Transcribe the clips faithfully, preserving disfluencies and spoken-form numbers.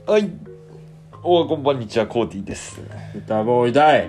はい、おはこんばんにちは、コーティです。 歌ボーイだい。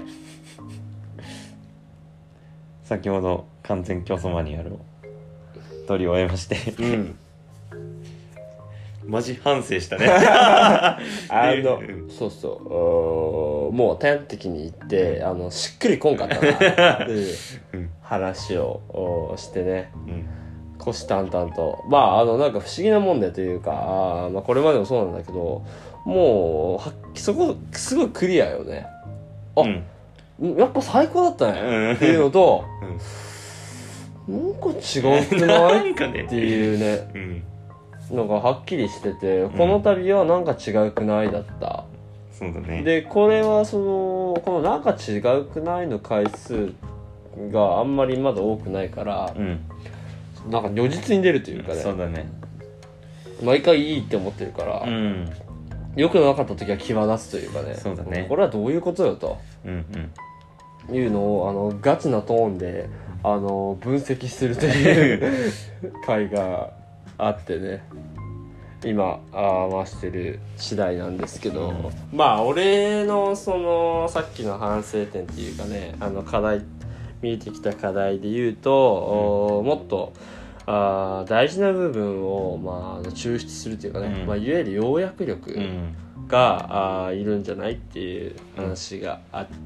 先ほど完全競争マニュアルを取り終えましてうんマジ反省したねあのそうそうもう端的に言ってあのしっくりこんかったなっていう話をしてね、うん虎視眈々とまああのなんか不思議なもんでというかあ、まあ、これまでもそうなんだけどもうはそこすごいクリアよねあ、うん、やっぱ最高だったね、うん、っていうのと、うん、なんか違うくないっていうね、うん、なんかはっきりしててこの度はなんか違うくないだった、 うん、そうだね。 でこれはそのこのなんか違うくないの回数があんまりまだ多くないから、うんなんか如実に出るというかね、 そうだね毎回いいって思ってるから、うん、良くなかった時は際立つというかねそうだねこれはどういうことよと、うんうん、いうのをあのガチなトーンであの分析するという回があってね今あ回してる次第なんですけど、うん、まあ俺のそのさっきの反省点っていうかねあの課題見えてきた課題で言うと、うん、もっとあ大事な部分を、まあ、抽出するというかね、うんまあ、いわゆる要約力が、うん、あいるんじゃないっていう話があって、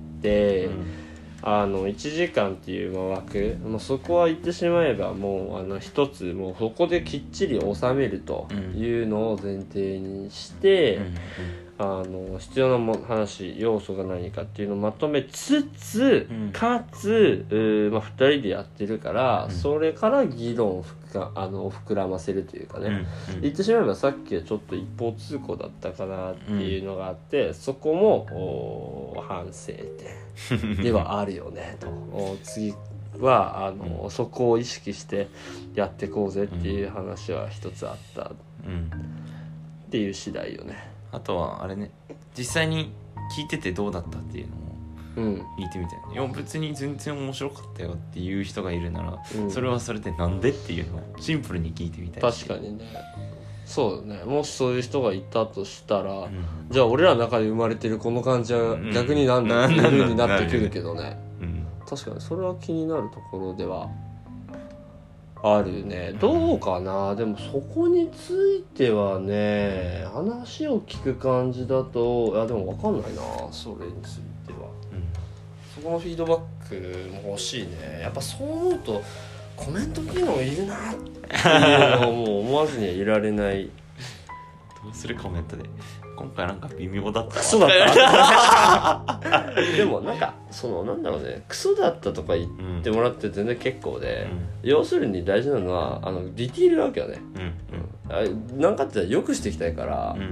うん、あのいちじかんっていう枠、まあ、そこは言ってしまえばもうあの一つもうそこできっちり収めるというのを前提にして、うんうんあの必要なも話要素が何かっていうのをまとめつつ、うん、かつ、まあ、ふたりでやってるから、うん、それから議論をふかあの膨らませるというかね、うんうん、言ってしまえばさっきはちょっと一方通行だったかなっていうのがあって、うん、そこも反省点ではあるよねと次はあの、うん、そこを意識してやっていこうぜっていう話は一つあった、うん、っていう次第よね。 あとはあれね実際に聞いててどうだったっていうのを聞いてみたい、うん、いや別に全然面白かったよっていう人がいるなら、うん、それはそれでなんでっていうのをシンプルに聞いてみたい。 確かにねそうだねもしそういう人がいたとしたら、うん、じゃあ俺らの中で生まれてるこの感じは逆になんだっていう風になってくるけどね、うん、確かにそれは気になるところではあるねどうかな、うん、でもそこについてはね話を聞く感じだといやでも分かんないなそれについては、うん、そこのフィードバックも欲しいねやっぱそう思うとコメント機能いるなっていうのをもう思わずにはいられないどうするコメントで今回なんか微妙だったクソだったでもなんかそのなんだろうねクソだったとか言ってもらって全然結構で、うん、要するに大事なのはあのディティールなわけよね、うんうん、なんかって良くしていきたいから、うんうん、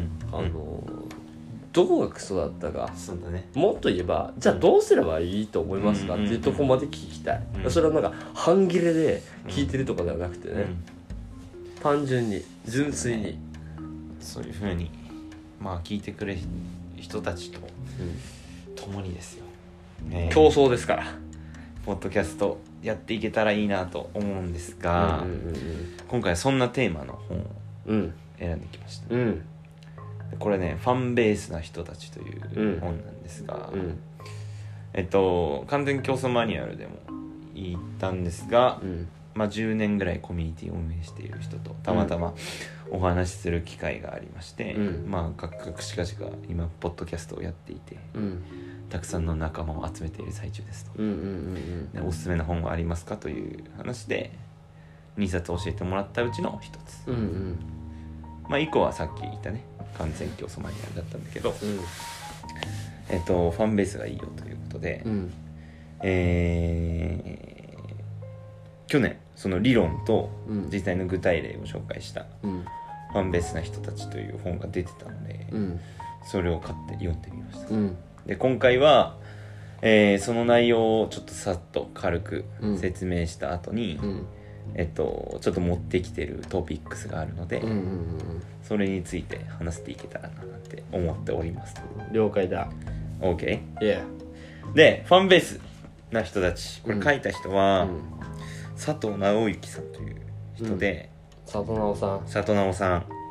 あのどこがクソだったかそうだ、ね、 もっと言えばじゃあどうすればいいと思いますか、うん、っていうとこまで聞きたい、うん、それはなんか半切れで聞いてるとかではなくてね、うん、単純に純粋にそういう風にまあ聞いてくれる人たちと共にですよ、 えー、競争ですからポッドキャストやっていけたらいいなと思うんですが、うんうんうんうん、今回はそんなテーマの本を選んできました、うん、これねファンベースな人たちという本なんですが、うんうん、えっと完全競争マニュアルでも言ったんですが、うんまあ、じゅうねんぐらいコミュニティを運営している人とたまたまお話しする機会がありまして、うんまあ、各々しかしが今ポッドキャストをやっていて、うん、たくさんの仲間を集めている最中ですと、うんうんうんうん、でおすすめの本はありますかという話でにさつ教えてもらったうちのひとつ、うんうんまあ、いっこはさっき言ったね完全競争マニュアルだったんだけど、うんえっと、ファンベースがいいよということで、うんえー去年その理論と実際の具体例を紹介したファンベースな人たちという本が出てたので、うん、それを買って読んでみました、うん、で今回は、えー、その内容をちょっとさっと軽く説明した後に、うん、えっと、ちょっと持ってきてるトピックスがあるので、うんうんうん、それについて話していけたらなって思っております。 了解だ OK、 yeah. でファンベースな人たちこれ書いた人は、うん佐藤直之さんという人で、 うん、佐藤直さん佐藤直さん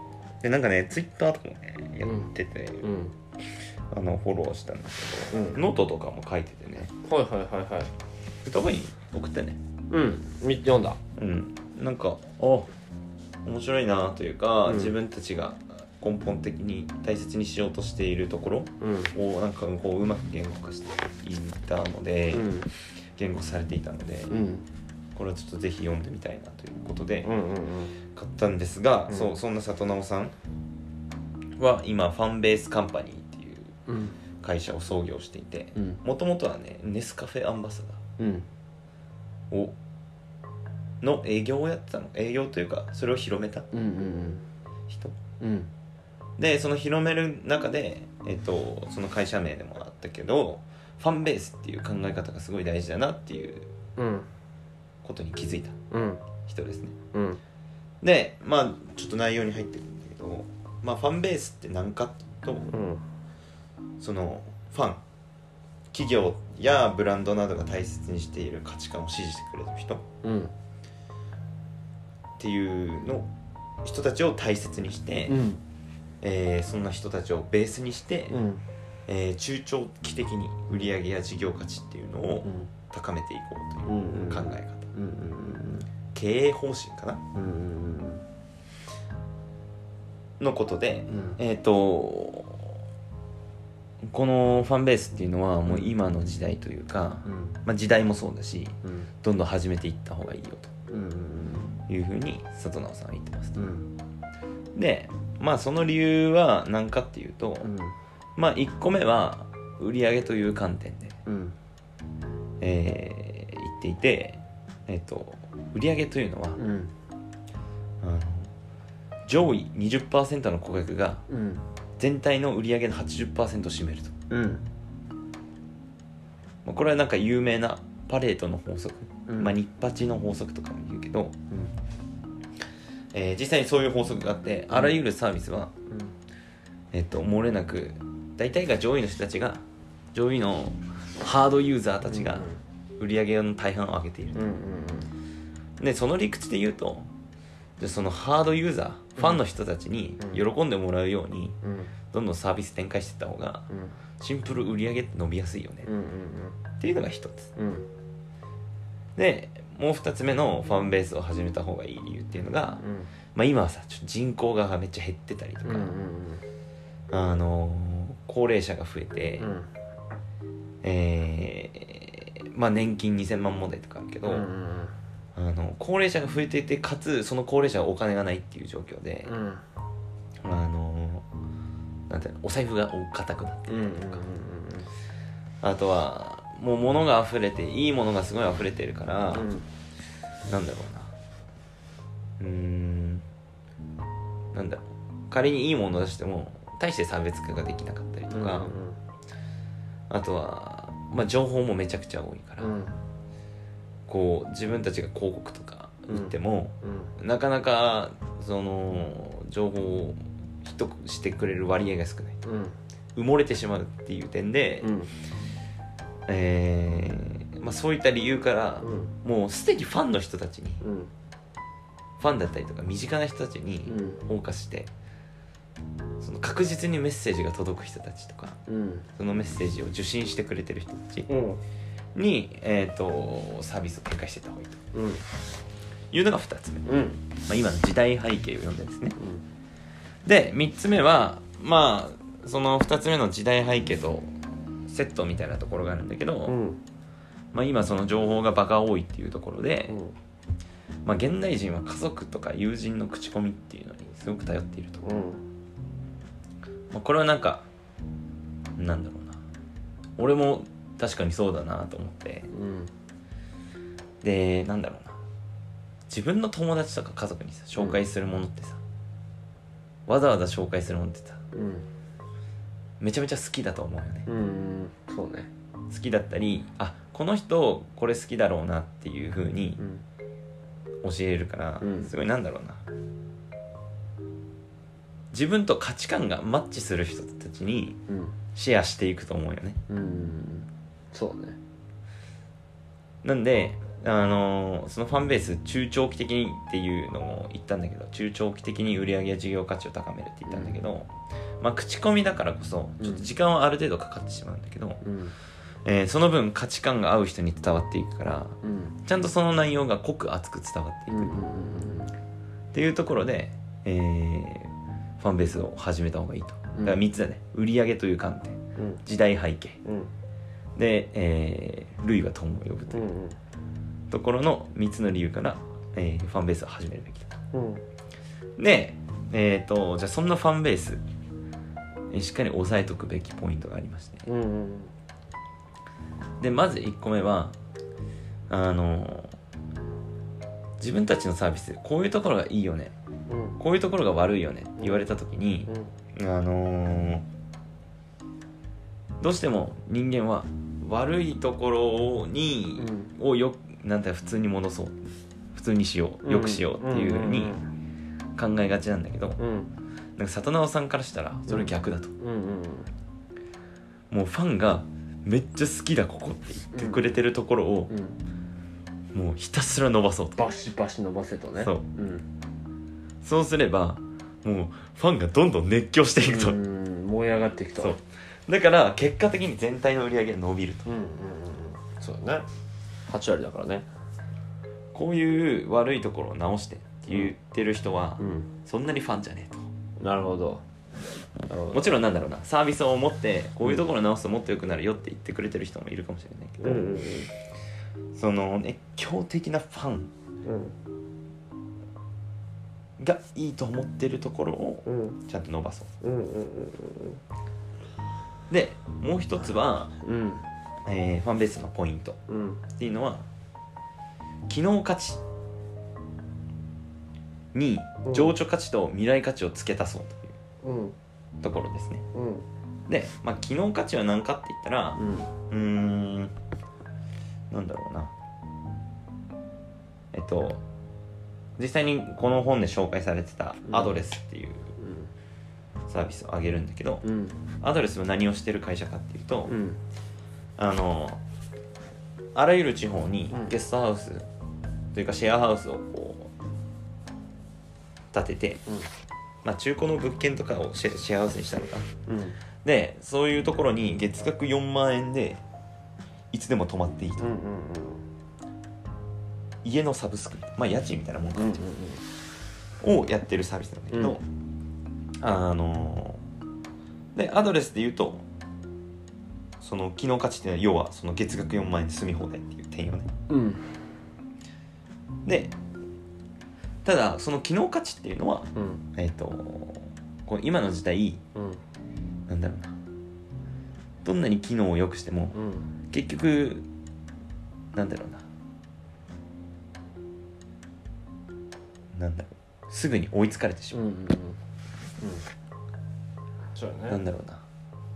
でなんかねツイッターとかもねやってて、うん、あのフォローしたんだけど、うん、ノートとかも書いててね、 はいはいはいはい、 とこに送ってね、 うん読んだ、 うんなんかあ面白いなというか、うん、自分たちが根本的に大切にしようとしているところをなんかこううまく言語化していたので、うん、言語されていたので、うん、これはちょっとぜひ読んでみたいなということで買ったんですが、うん、そうそんな里直さんは今ファンベースカンパニーっていう会社を創業していて、もともとはねネスカフェアンバサダーをの営業をやってたの、営業というかそれを広めた人、うんうんうんでその広める中で、えっと、その会社名でもあったけどファンベースっていう考え方がすごい大事だなっていうことに気づいた人ですね、うん、でまあちょっと内容に入ってるんだけど、まあ、ファンベースって何かと、うん、そのファン企業やブランドなどが大切にしている価値観を支持してくれる人、うん、っていうの人たちを大切にして、うんえー、そんな人たちをベースにして、うんえー、中長期的に売り上げや事業価値っていうのを高めていこうという考え方、うんうんうん、経営方針かな、うんうんうん、のことで、うん、えっ、ー、とこのファンベースっていうのはもう今の時代というか、うんまあ、時代もそうだし、うん、どんどん始めていった方がいいよというふうに里直さんは言ってます、ねうん、でまあその理由は何かっていうと、うん、まあいっこめは売上という観点で、うんえー、言っていて、えーと、売上というのは、うん、あの上位 にじゅっパーセント の顧客が全体の売上の はちじゅっパーセント を占めると、うんまあ、これはなんか有名なパレートの法則、うんまあ、ニッパチの法則とかも言うけど、うんえー、実際にそういう法則があって、あらゆるサービスは、うんえー、と漏れなく大体が上位の人たちが上位のハードユーザーたちが売り上げの大半を上げていると、うんうんうん、でその理屈で言うとじゃそのハードユーザー、うん、ファンの人たちに喜んでもらうように、うん、どんどんサービス展開していった方が、うん、シンプル売り上げって伸びやすいよね、うんうんうん、っていうのが一つ、うん、でもう二つ目のファンベースを始めた方がいい理由っていうのが、うんまあ、今はさちょっと人口がめっちゃ減ってたりとか、うんうんうん、あのー、高齢者が増えて、うんえーまあ、年金にせんまん問題とかあるけど、うんうん、あの高齢者が増えていてかつその高齢者はお金がないっていう状況で、うん、あのー、なんていうのお財布が硬くなってたりとか、うんうんうん、あとはもう物が溢れていいものがすごい溢れてるから、うん、なんだろうなうーんなんだろう仮にいいものを出しても大して差別化ができなかったりとか、うんうん、あとは、まあ、情報もめちゃくちゃ多いから、うん、こう自分たちが広告とか言っても、うんうん、なかなかその情報をヒットしてくれる割合が少ない、うん、埋もれてしまうっていう点で、うんえーまあ、そういった理由から、うん、もうすでにファンの人たちに、うん、ファンだったりとか身近な人たちにフォーカスして、うん、その確実にメッセージが届く人たちとか、うん、そのメッセージを受信してくれてる人たちに、うんえー、とサービスを展開していった方がいいと、うん、いうのがふたつめ、うんまあ、今の時代背景を読んでですね、うん、でみっつめはまあそのふたつめの時代背景とセットみたいなところがあるんだけど、うんまあ、今その情報がバカ多いっていうところで、うんまあ、現代人は家族とか友人の口コミっていうのにすごく頼っていると、うんまあ、これはなんかなんだろうな俺も確かにそうだなと思って、うん、でなんだろうな自分の友達とか家族にさ紹介するものってさ、うん、わざわざ紹介するものってさ、うんめちゃめちゃ好きだと思うよね。 うんそうね好きだったりあこの人これ好きだろうなっていう風に教えるから、うん、すごいなんだろうな自分と価値観がマッチする人たちにシェアしていくと思うよね。 うんそうねなんであのそのファンベース中長期的にっていうのも言ったんだけど、中長期的に売り上げや事業価値を高めるって言ったんだけど、うん、まあ口コミだからこそちょっと時間はある程度かかってしまうんだけど、うん、えー、その分価値観が合う人に伝わっていくから、うん、ちゃんとその内容が濃く熱く伝わっていく、うん、っていうところで、えー、ファンベースを始めた方がいいと。だからみっつだね。売り上げという観点、うん、時代背景、うん、で、えー、類は友を呼ぶという、うんうん、ところのみっつの理由から、えー、ファンベースを始めるべきだと、うん、で、えーと、じゃあそんなファンベース、えー、しっかり押さえとくべきポイントがありまして、うんうん、でまずいっこめはあの自分たちのサービスこういうところがいいよね、うん、こういうところが悪いよねって言われた時に、うん、あのー、どうしても人間は悪いところに、うん、をよなんて普通に戻そう普通にしようよくしようっていう風に考えがちなんだけど、うん、なんか里直さんからしたらそれ逆だと、うんうんうん、もうファンがめっちゃ好きだここって言ってくれてるところを、うん、もうひたすら伸ばそうとバシバシ伸ばせとねそう、うん、そうすればもうファンがどんどん熱狂していくと、うん、 燃え上がっていくと。 そうだから結果的に全体の売り上げが伸びると、うんうんうん、 そうだねはち割だからね。 こういう悪いところを直してって言ってる人は、うん、そんなにファンじゃねえと。なるほど。 もちろんなんだろうなサービスを持ってこういうところを直すともっと良くなるよって言ってくれてる人もいるかもしれないけど、うんうんうん、その熱狂的なファンがいいと思ってるところをちゃんと伸ばそう、うんうんうんうん、でもう一つは、うんえー、ファンベースのポイントっていうのは、うん、機能価値に情緒価値と未来価値を付け足そうという、うんところですね、うん、で、まあ、機能価値は何かって言ったら、うん、うーんなんだろうなえっと実際にこの本で紹介されてたアドレスっていうサービスを挙げるんだけど、うん、アドレスは何をしてる会社かっていうと、うん、あのあらゆる地方にゲストハウスというかシェアハウスをこう建てて、うんまあ、中古の物件とかをシェ、シェアハウスにしたのかな、うん、でそういうところに月額よんまんえんでいつでも泊まっていいと、うんうんうん、家のサブスク、まあ家賃みたいなもんかっていう、うんうんうん、をやってるサービスなんだけど、うん、あのでアドレスで言うとその機能価値っていうのは要はその月額よんまんえんで住み放題っていう点よね、うん、でただその機能価値っていうのは、うん、えっ、ー、とこう今の時代、うん、なんだろうなどんなに機能を良くしても、うん、結局なんだろうななんだろうすぐに追いつかれてしまう、うんうんうん、 そうだね、 なんだろうな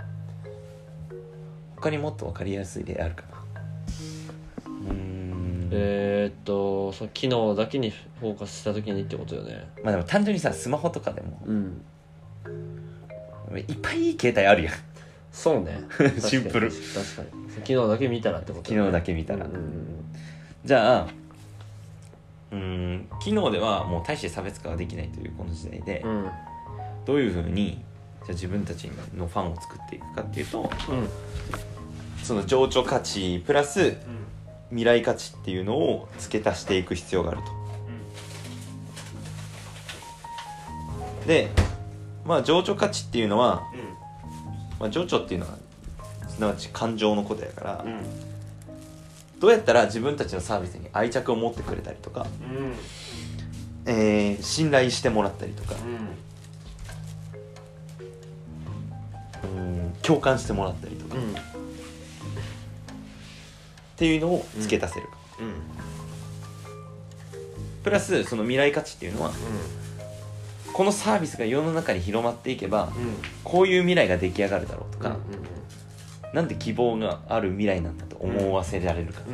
他にもっと分かりやすい例あるかな。うーんえー、っとその機能だけにフォーカスした時にってことよね。 まあでも単純にさスマホとかでも、うん、いっぱいいい携帯あるやん。 そうねシンプル。 確かに機能だけ見たらってこと、 ね、機能だけ見たら、うんうんうん、じゃあうーん機能ではもう大して差別化ができないというこの時代で、うん、どういうふうにじゃあ自分たちのファンを作っていくかっていうと、うん、その情緒価値プラス、うん未来価値っていうのを付け足していく必要があると、うん、でまあ情緒価値っていうのは、うんまあ、情緒っていうのはすなわち感情のことやから、うん、どうやったら自分たちのサービスに愛着を持ってくれたりとか、うんえー、信頼してもらったりとか、うん、うん共感してもらったりとか、うんっていうのを付け足せるか、うんうん、プラスその未来価値っていうのは、うん、このサービスが世の中に広まっていけば、うん、こういう未来が出来上がるだろうとか、うんうんうん、なんで希望がある未来なんだと思わせられるか、うん、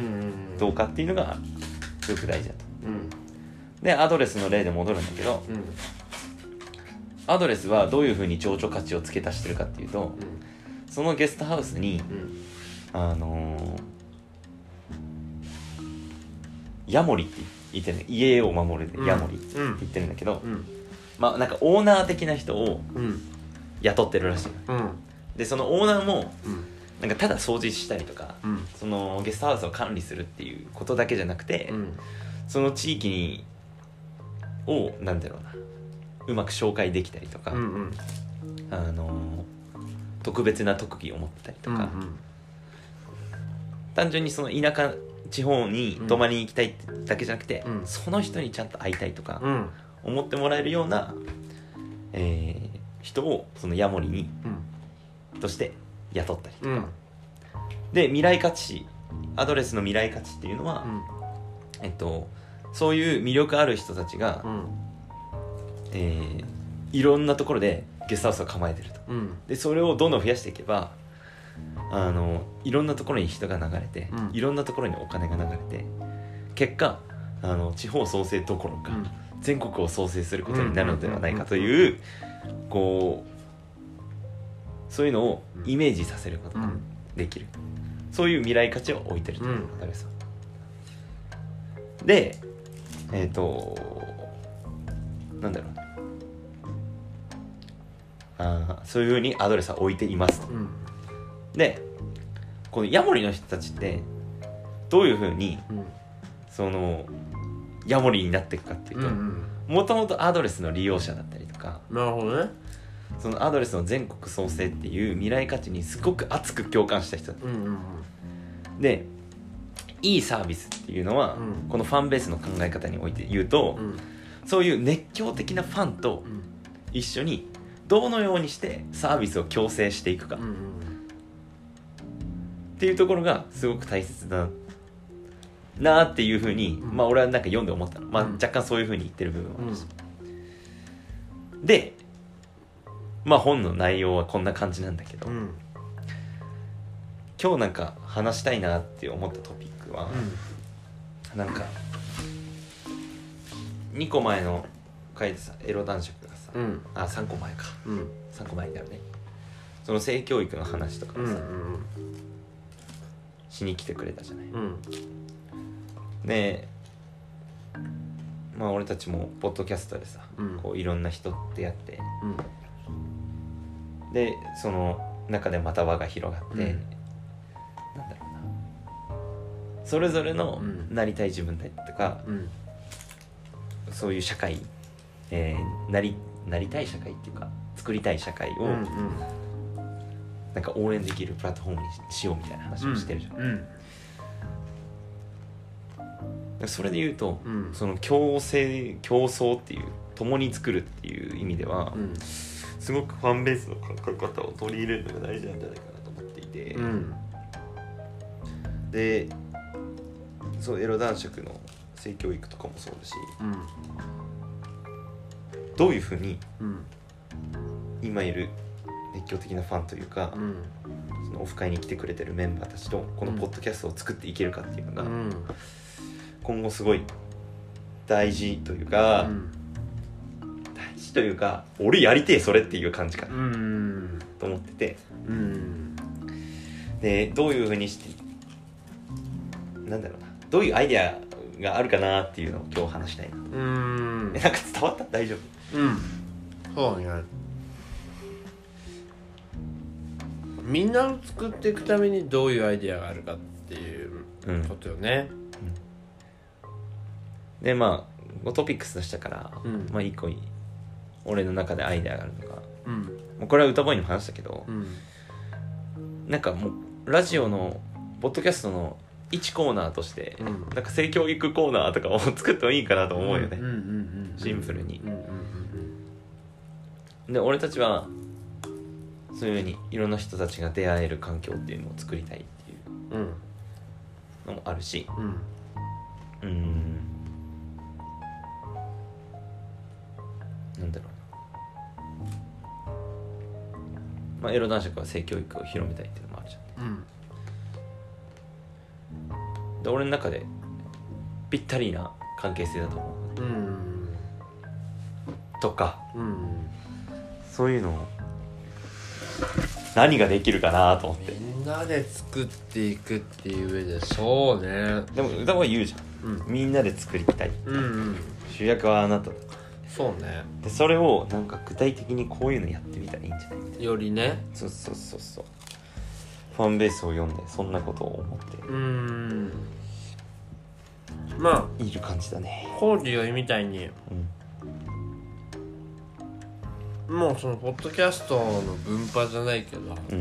どうかっていうのがすごく大事だと、うん、でアドレスの例で戻るんだけど、うん、アドレスはどういうふうに情緒価値を付け足してるかっていうと、うん、そのゲストハウスに、うん、あのーヤモリって言ってるね、家を守るでヤモリって言ってるんだけど、うんうん、まあなんかオーナー的な人を雇ってるらしい、うん、でそのオーナーも、うん、なんかただ掃除したりとか、うん、そのゲストハウスを管理するっていうことだけじゃなくて、うん、その地域にをなんだろうな、うまく紹介できたりとか、うんうん、あの特別な特技を持ったりとか、うんうん、単純にその田舎地方に泊まりに行きたいってだけじゃなくて、うん、その人にちゃんと会いたいとか、うん、思ってもらえるような、えー、人をそのヤモリに、うん、として雇ったりとか、うん、で未来価値アドレスの未来価値っていうのは、うん、えっとそういう魅力ある人たちが、うん、えー、いろんなところでゲストハウスを構えてると、うん、でそれをどんどん増やしていけばあのいろんなところに人が流れて、うん、いろんなところにお金が流れて、結果あの地方創生どころか、うん、全国を創生することになるのではないかという、こうそういうのをイメージさせることができる、うん、そういう未来価値を置いてるという、アドレスで、えっとなんだろうあそういう風にアドレスは置いていますと、うん、でこのヤモリの人たちってどういう風に、うん、そのヤモリになっていくかっていうと、もともとアドレスの利用者だったりとか、 なるほどね、 そのアドレスの全国創生っていう未来価値にすごく熱く共感した人だった、うんうんうん、でいいサービスっていうのは、うん、このファンベースの考え方において言うと、うん、そういう熱狂的なファンと一緒にどのようにしてサービスを共生していくか、うんうん、っていうところがすごく大切だなっていうふうに、うん、まあ俺はなんか読んで思ったの、まあ、若干そういうふうに言ってる部分もあるし、うん、でまあ本の内容はこんな感じなんだけど、うん、今日なんか話したいなって思ったトピックは、うん、なんかにこまえの回でさ、エロ男爵がさ、うん、あさんこまえか、うん、さんこまえだよね、その性教育の話とかさ、うんうんうん、しに来てくれたじゃない、うん、でまあ俺たちもポッドキャストでさ、うん、こういろんな人ってやって、うん、でその中でまた輪が広がって、うん、なんだろうな、それぞれのなりたい自分たちとか、うん、そういう社会、えー、なりなりたい社会っていうか作りたい社会を、うんうん、なんか応援できるプラットフォームにしようみたいな話をしてるじゃん、うんうん、それで言うと、うん、その共生競争っていう共に作るっていう意味では、うん、すごくファンベースの考え方を取り入れるのが大事なんじゃないかなと思っていて、うん、でそうエロ男爵の性教育とかもそうだし、うん、どういうふうに、うん、今いる熱狂的なファンというか、うん、そのオフ会に来てくれてるメンバーたちとこのポッドキャストを作っていけるかっていうのが、うん、今後すごい大事というか、うん、大事というか俺やりてえそれっていう感じかな、うん、と思ってて、うん、でどういうふうにしてなんだろうな、どういうアイデアがあるかなっていうのを今日話したいな。うーん、なんか伝わった？大丈夫？うん、 そうね。みんなを作っていくためにどういうアイデアがあるかっていうことよね、 うんうん、でまあトピックス出したから、うん、まあ一個俺の中でアイデアがあるのが、うん、もうこれは歌ボーイにも話したけど、うん、なんかもうラジオのポッドキャストのいちコーナーとして、うん、なんか性教育コーナーとかを作ってもいいかなと思うよね、シンプルに、うんうんうんうん、で俺たちはそういう風にいろんな人たちが出会える環境っていうのを作りたいっていうのもあるし、うん、うーんなんだろうな、まあエロ男爵は性教育を広めたいっていうのもあるじゃん、うん、で俺の中でぴったりな関係性だと思う、うん、とか、うん、そういうのを何ができるかなと思って、 みんなで作っていくっていう上でそうね、 でも歌は言うじゃん、 うん、みんなで作りたい、うんうん、主役はあなただ。 そうね。 でそれをなんか具体的にこういうのやってみたらいいんじゃない、 よりね。 そうそうそうそう、ファンベースを読んでそんなことを思ってうーんまあいる感じだね。 コーディがみたいに、うん、もうそのポッドキャストの分派じゃないけど、うん、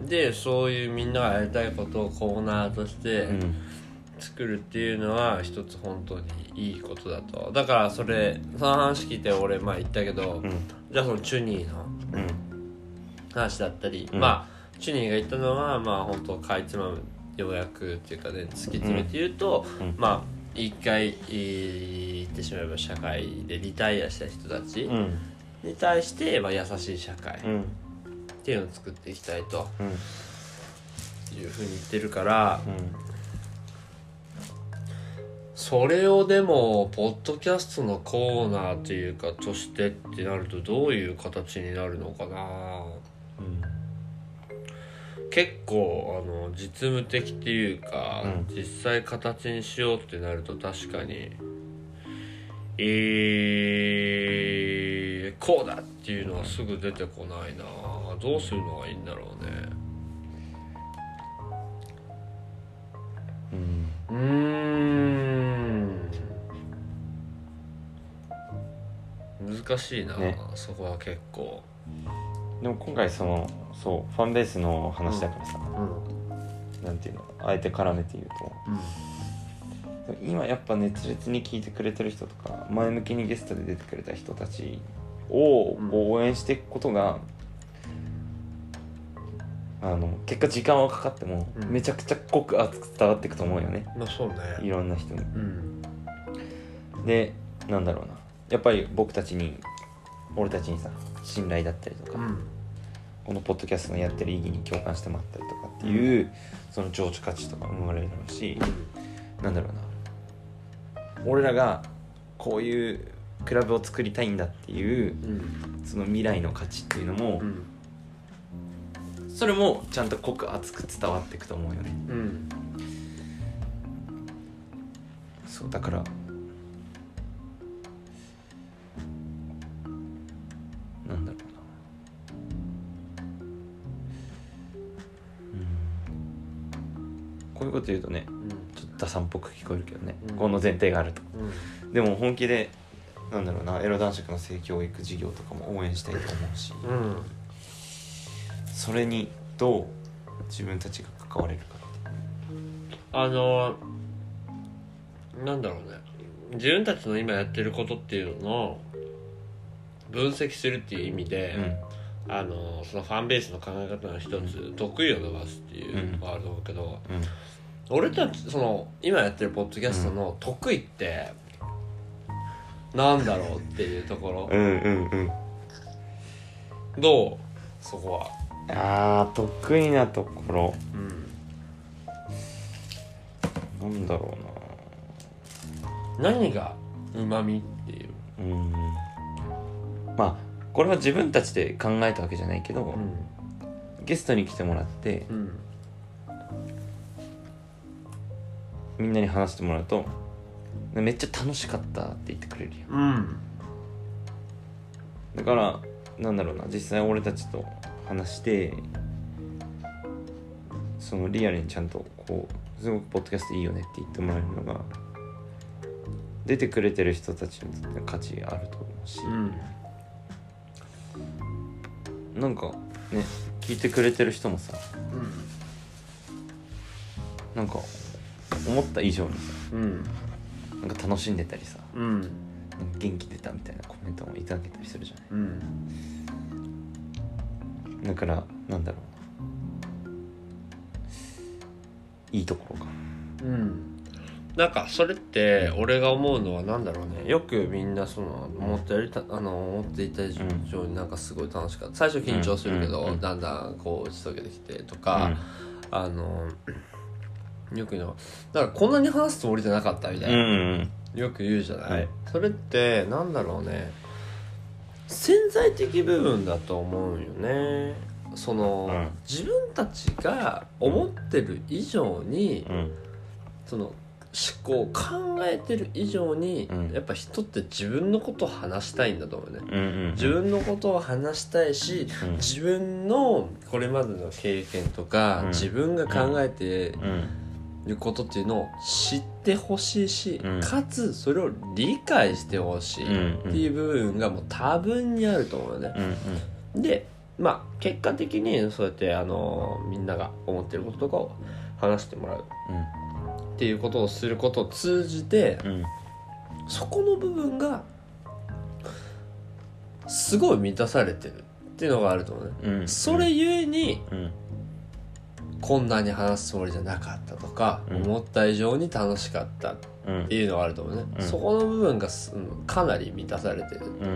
でそういうみんながやりたいことをコーナーとして作るっていうのは一つ本当にいいことだと。だからそれその話聞いて俺まあ言ったけど、うん、じゃあそのチュニーの話だったり、うん、まあチュニーが言ったのはまあ本当かいつまむ要約っていうかね突き詰めて言うと、うん、まあ一回言ってしまえば社会でリタイアした人たちに対して、まあ、優しい社会っていうのを作っていきたいというふうに言ってるから、うん、それをでもポッドキャストのコーナーっていうかとしてってなるとどういう形になるのかな、うん結構あの実務的っていうか、うん、実際形にしようってなると確かにえー、こうだっていうのはすぐ出てこないな。どうするのがいいんだろうね。うん、うーん難しいな、ね、そこは結構。 でも今回そのそうファンベースの話だからさ、うん、なんていうのあえて絡めて言うと、うん、今やっぱ熱烈に聞いてくれてる人とか前向きにゲストで出てくれた人たちを応援していくことが、うん、あの結果時間はかかっても、うん、めちゃくちゃ濃く熱く伝わっていくと思うよね、 まあそうね、 いろんな人に、うん、でなんだろうなやっぱり僕たちに俺たちにさ信頼だったりとか、うん、このポッドキャストのやってる意義に共感してもらったりとかっていう、うん、その情緒価値とか生まれるだろうし、うん、なんだろうな俺らがこういうクラブを作りたいんだっていう、うん、その未来の価値っていうのも、うん、それもちゃんと濃く熱く伝わっていくと思うよね、うん、そうだからなんだろうな、うん、こういうこと言うとね、うん、ちょっと打算っぽく聞こえるけどね、うん、この前提があると、うん、でも本気でなんだろうなエロ男爵の性教育事業とかも応援したいと思うし、うん、それにどう自分たちが関われるかってあのなんだろうね自分たちの今やってることっていうのを分析するっていう意味で、うん、あのそのファンベースの考え方の一つ、うん、得意を伸ばすっていうのがあると思うけど、うん、俺たちその今やってるポッドキャストの得意ってなんだろうっていうところ、うんうんうん、どうそこは。 あー得意なところ、うん、なんだろうな何がうまみっていう、うんまあこれは自分たちで考えたわけじゃないけど、うん、ゲストに来てもらって、うん、みんなに話してもらうとめっちゃ楽しかったって言ってくれるよ、うん、だからなんだろうな実際俺たちと話してそのリアルにちゃんとこうすごくポッドキャストいいよねって言ってもらえるのが出てくれてる人たちにとって価値あると思うし、うん、なんかね聞いてくれてる人もさ、うん、なんか思った以上にさ、うん、なんか楽しんでたりさ、うん、なんか元気出たみたいなコメントもいただけたりするじゃない、うん、だからなんだろうないいところか、 うんなんかそれって俺が思うのはなんだろうねよくみんなその思ってやりたあの思っていた以上になんかすごい楽しかった最初緊張するけど、うん、だんだんこう打ち解けてきてとか、うん、あのよく言うのだからこんなに話すつもりじゃなかったみたいな、うん、よく言うじゃない、はい、それってなんだろうね潜在的部分だと思うよねその、うん、自分たちが思ってる以上に、うん、その考考えてる以上に、うん、やっぱ人って自分のことを話したいんだと思うね、うんうんうん、自分のことを話したいし、うん、自分のこれまでの経験とか、うん、自分が考えていることっていうのを知ってほしいし、うん、かつそれを理解してほしいっていう部分がもう多分にあると思うよね、うんうん、でまあ結果的にそうやってあのみんなが思ってることとかを話してもらう、うんっていうことをすることを通じて、うん、そこの部分がすごい満たされてるっていうのがあると思うね、うん、それゆえに、うん、こんなに話すつもりじゃなかったとか、うん、思った以上に楽しかったっていうのがあると思うね、うん、そこの部分がかなり満たされてる、うんうんうん、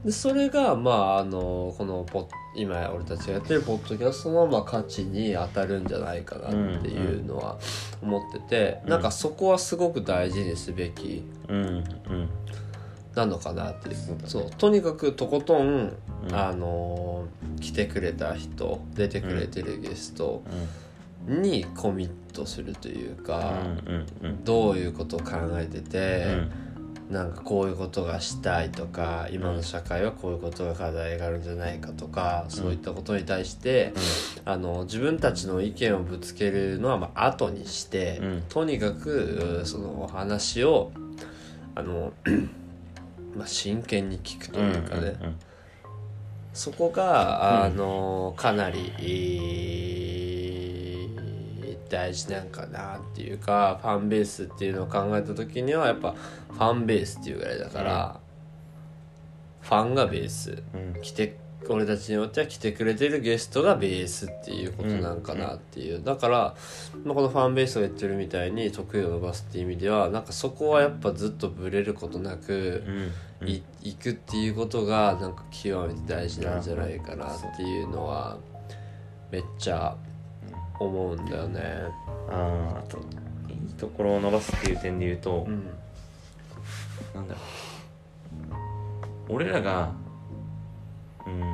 でそれがまああのこのポッ今俺たちがやってるポッドキャストのまあ価値に当たるんじゃないかなっていうのは思ってて、うん、なんかそこはすごく大事にすべきなのかなっていう、うんうん、そうとにかくとことん、うん、あの来てくれた人出てくれてるゲストにコミットするというか、うんうんうん、どういうことを考えてて、うん、なんかこういうことがしたいとか今の社会はこういうことが課題があるんじゃないかとか、うん、そういったことに対して、うん、あの自分たちの意見をぶつけるのはまあ後にして、うん、とにかくその話をあの、まあ、真剣に聞くというかね、うんうんうん、そこがあの、うん、かなり大事なんかなっていうか、ファンベースっていうのを考えた時にはやっぱファンベースっていうぐらいだから、うん、ファンがベース、うん、来て俺たちによっては来てくれてるゲストがベースっていうことなんかなっていう、うん、だから、まあ、このファンベースが言ってるみたいに得意を伸ばすっていう意味ではなんかそこはやっぱずっとブレることなく、うん、い行くっていうことがなんか極めて大事なんじゃないかなっていうのはめっちゃ思うんだよね。 ああ、あといいところを伸ばすっていう点で言うと、うん、なんだろう、俺らがうーん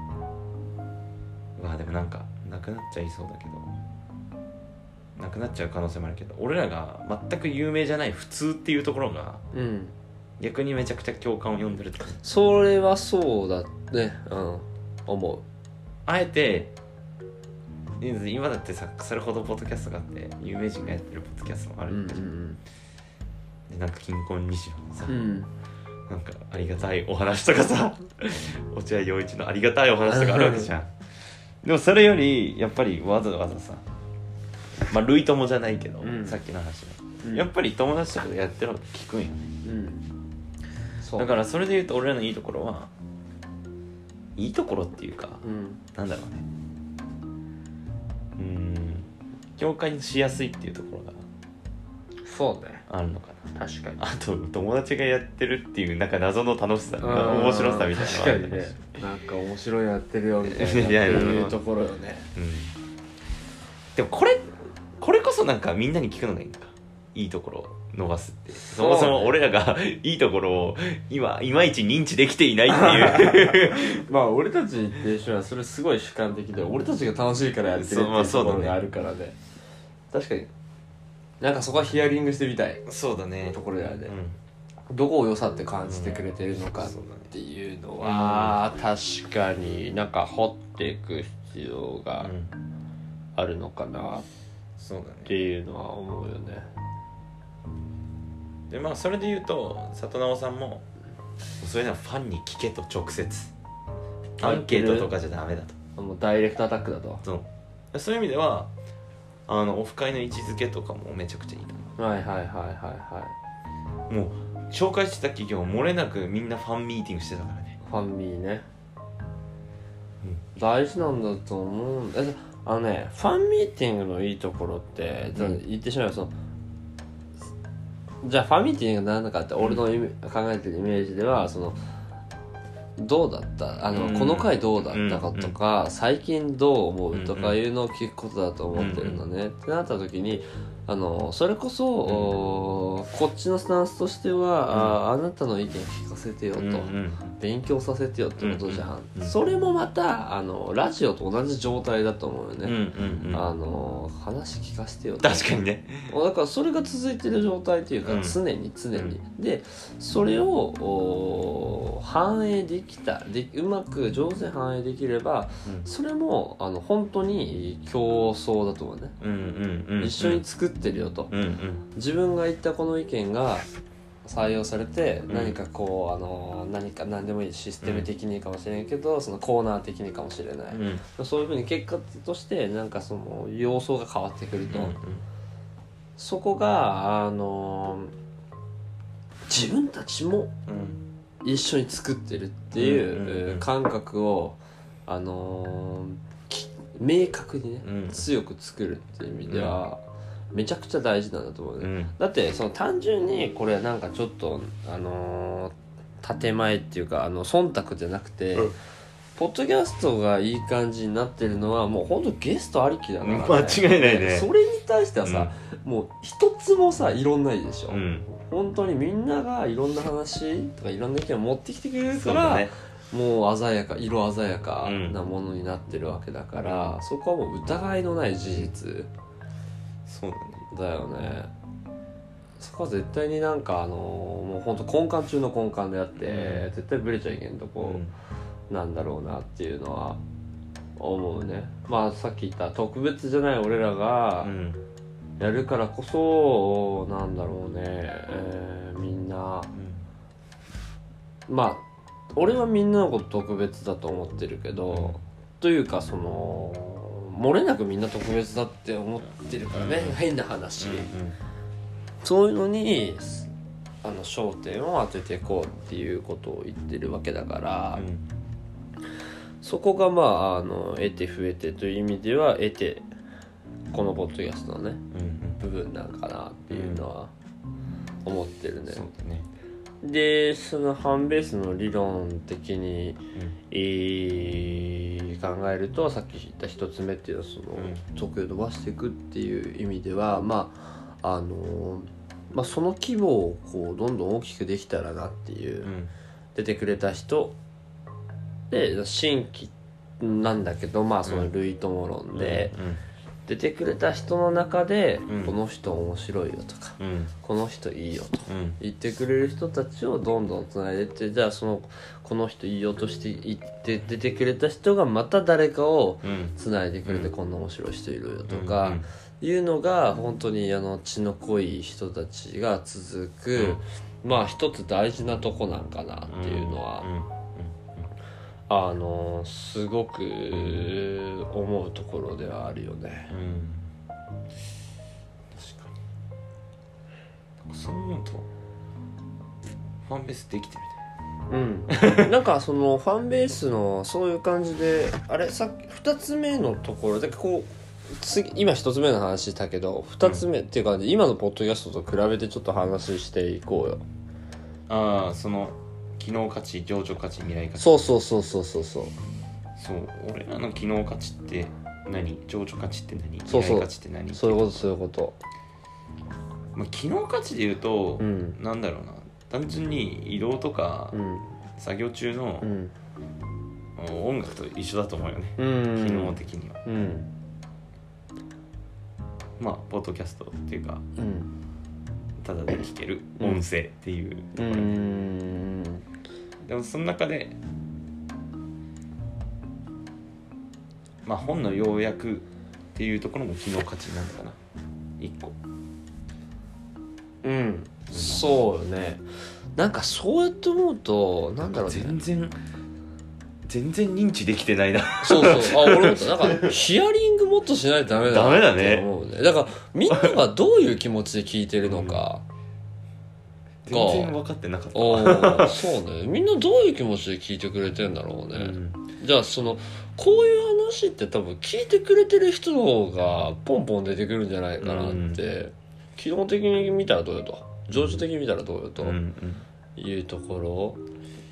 うわでもなんかなくなっちゃいそうだけどなくなっちゃう可能性もあるけど、俺らが全く有名じゃない普通っていうところが、うん、逆にめちゃくちゃ共感を呼んでるって。 それはそうだね、うん、思う。 あえて今だってさ、それほどポッドキャストがあって有名人がやってるポッドキャストもあるんで、うんうん、でなんか金婚西野のさ、うん、なんかありがたいお話とかさ落合陽一のありがたいお話とかあるわけじゃんでもそれよりやっぱりわざわざさ、まあ類友じゃないけど、うん、さっきの話は、うん、やっぱり友達とかでやってるの聞くんよね、うん、そうだからそれで言うと俺らのいいところはいいところっていうか、うん、なんだろうね、うーん共感しやすいっていうところがそうねあるのかな。 確かに。 あと友達がやってるっていうなんか謎の楽しさ、面白さみたいなのがある。 確かにね、なんか面白いやってるよみたいなっていうところよね、うん、 でもこれこれこそなんかみんなに聞くのがいいのか、いいところを伸ばすって。そもそも俺らがいいところを今いまいち認知できていないっていうまあ俺たちって一緒はそれすごい主観的で、俺たちが楽しいからやってるっていうところがあるからね。確かになんかそこはヒアリングしてみたい。 そうだね。 ところであれ、うん、どこを良さって感じてくれてるのかっていうのは、うん、確かになんか掘っていく必要があるのかなっていうのは思うよね。 でまあそれで言うと里直さんもそれではファンに聞けと、直接アンケートとかじゃダメだと、 もうダイレクトアタックだと。 そう、そういう意味ではあのオフ会の位置づけとかもめちゃくちゃいいと思う。はいはいはいはいはい。 もう紹介してた企業漏れなくみんなファンミーティングしてたからね。 ファンミーね、うん、大事なんだと思う。えあのね、ファンミーティングのいいところって、うん、言ってしまえばそのじゃあファンミーティングが何だかって、俺のイメ、うん、考えてるイメージではそのどうだったあの、うん、この回どうだったかとか、うん、最近どう思うとかいうのを聞くことだと思ってるのね、うん、ってなった時にあのそれこそ、うん、こっちのスタンスとしては、うん、あ, あなたの意見聞かせてよと、うんうん、勉強させてよってことじゃん、うんうん、それもまたあのラジオと同じ状態だと思うよね、うんうんうん、あの話聞かせてよと。 確かにね。 だからそれが続いてる状態というか、うん、常に常に、うん、でそれを反映できたでうまく上手に反映できれば、うん、それもあの本当に競争だと思うね、うんうんうんうん、一緒に作ってるよと、うんうん、自分が言ったこの意見が採用されて、うん、何かこうあの何か何でもいいシステム的にかもしれないけど、うん、そのコーナー的にかもしれない、うん、そういうふうに結果としてなんかその様相が変わってくると、うんうん、そこがあの自分たちも一緒に作ってるっていう感覚をあの明確にね、うん、強く作るっていう意味では、うん、めちゃくちゃ大事なんだと思うね、うん、だってその単純にこれなんかちょっとあのー、建前っていうかあの忖度じゃなくて、うん、ポッドキャストがいい感じになってるのはもう本当ゲストありきだからね、 間違いないね。 それに対してはさ、うん、もう一つもさ異論ないでしょ、うん、本当にみんながいろんな話とかいろんな意見を持ってきてくれるから、もう鮮やか色鮮やかなものになってるわけだから、うん、そこはもう疑いのない事実そうだよね。そこは絶対になんかあのもう本当根幹中の根幹であって、うん、絶対ブレちゃいけんとこなんだろうなっていうのは思うね。まあさっき言った特別じゃない俺らがやるからこそなんだろうね、えー、みんな、うん、まあ俺はみんなのこと特別だと思ってるけど、うん、というかその漏れなくみんな特別だって思ってるからね、うん、変な話、うんうん、そういうのにあの焦点を当てていこうっていうことを言ってるわけだから、うん、そこがまあ、あの得て増えてという意味では得てこのポッドキャストのね、うんうん、部分なんかなっていうのは思ってるね、うん、そうだね。でそのハンベースの理論的に、うんえー、考えるとさっき言った一つ目っていうのはその、うん、得意を伸ばしていくっていう意味ではまああのまあその規模をこうどんどん大きくできたらなっていう、うん、出てくれた人で新規なんだけどまあその類友論で、うんうんうん出てくれた人の中で、うん、この人面白いよとか、うん、この人いいよと言ってくれる人たちをどんどんつないでってじゃあそのこの人いいよとして言って出てくれた人がまた誰かをつないでくれて、うん、こんな面白い人いるよとか、うん、いうのが本当にあの血の濃い人たちが続く、うん、まあ一つ大事なとこなんかなっていうのは、うんうんあのすごく思うところではあるよね、うん、 確かにそう思うとファンベースできてるみたい、うん、なんかそのファンベースのそういう感じであれさっきふたつめのところでこう次今ひとつめの話したけどふたつめ、うん、っていうか今のポッドキャストと比べてちょっと話していこうよ。 ああその機能価値、情緒価値、未来価値。 そうそうそうそうそうそう。 そう、俺らの機能価値って何？情緒価値って何？未来価値って何？ そういうことそういうこと。 まあ、機能価値で言うと、うん、なんだろうな、単純に移動とか、うん、作業中の、うん、音楽と一緒だと思うよね。うん、機能的には。うん、まあポッドキャストっていうか。うんただで聞ける音声っていうところ、うん、でもその中でまあ本の要約っていうところも機能価値になるのかな一個うんそうよね。なんかそうやって思うとなんだろうね全然全然認知できてないなそうそうあ俺思ったなんかヒアリングもっとしないとダメだダメだねと思うね。だからみんながどういう気持ちで聞いてるのか、 うん、全然分かってなかったそうねみんなどういう気持ちで聞いてくれてんだろうね、うん、じゃあそのこういう話って多分聞いてくれてる人の方がポンポン出てくるんじゃないかなって、うん、機能的に見たらどうよと情緒的に見たらどうよというところ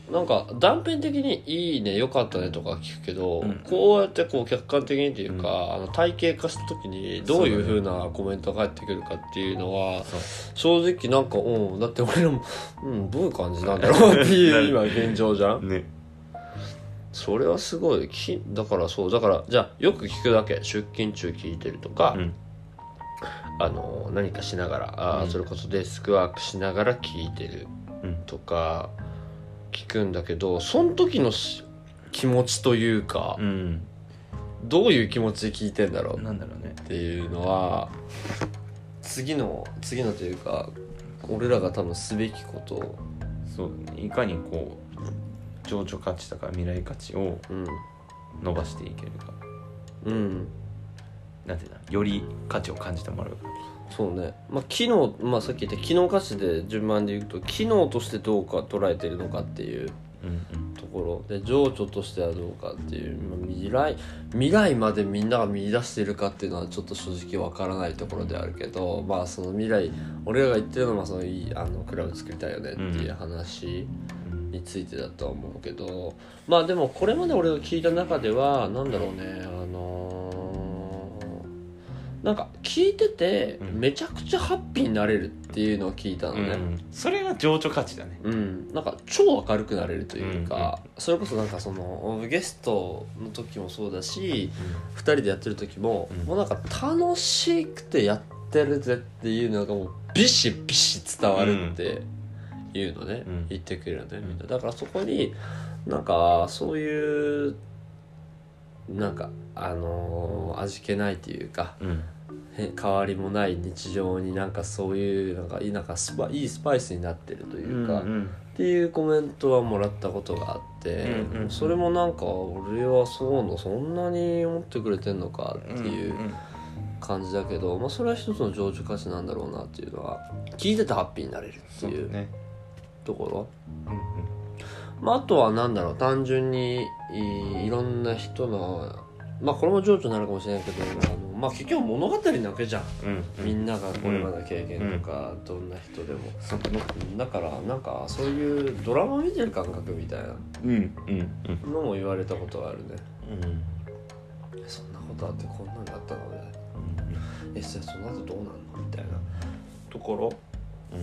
なんか断片的にいいね良かったねとか聞くけど、うん、こうやってこう客観的にっていうか、うん、あの体系化した時にどういう風なコメントが返ってくるかっていうのは正直なんかうんだって俺らもうんどういう感じなんだろうっていう今現状じゃんね。それはすごいきだからそうだからじゃあよく聞くだけ出勤中聞いてるとか、うん、あの何かしながら、うん、あそれこそデスクワークしながら聞いてるとか聞くんだけど、その時の気持ちというか、うん、どういう気持ちで聞いてんだろうなんだろうねっていうのは次の次のというか俺らが多分すべきことをそういかにこう情緒価値とか未来価値を伸ばしていけるか、うん、なんていうのより価値を感じてもらうか。 そうね、まあ、機能、まあ、さっき言った機能価値で順番で言うと機能としてどうか捉えてるのかっていうところで情緒としてはどうかっていう、まあ、未来未来までみんなが見出しているかっていうのはちょっと正直わからないところであるけど、まあその未来俺らが言ってるのはそのいいあのクラブ作りたいよねっていう話についてだとは思うけど、まあでもこれまで俺が聞いた中ではなんだろうねあのーなんか聞いててめちゃくちゃハッピーになれるっていうのを聞いたのね、うん、 それが情緒価値だね。 うんなんか超明るくなれるというか、うん、それこそなんかそのゲストの時もそうだし、うん、ふたりでやってる時も、うん、もうなんか楽しくてやってるぜっていうのがもうビシビシ伝わるっていうのね、うん、言ってくれるねみんな。だからそこになんかそういうなんかあのー、味気ないというか、うん、変わりもない日常になんかそういうなんかいいなんかスパいいスパイスになってるというか、うんうん、っていうコメントはもらったことがあって、うんうん、それもなんか俺はそうのそんなに思ってくれてんのかっていう感じだけど、まあ、それは一つの情緒価値なんだろうなっていうのは聞いててハッピーになれるっていうところ、うんうんまあ、あとはなんだろう単純に い, いろんな人のまあこれも情緒になるかもしれないけどあの、まあ、結局物語なわけじゃん、うんうん、みんながこれまで経験とか、うん、どんな人でも、うん、だからなんかそういうドラマ見てる感覚みたいなのも言われたことがあるね、うん、そんなことあってこんなんだったのみたいな、うん、えそれその後どうなんのみたいなところ、うんうんうん、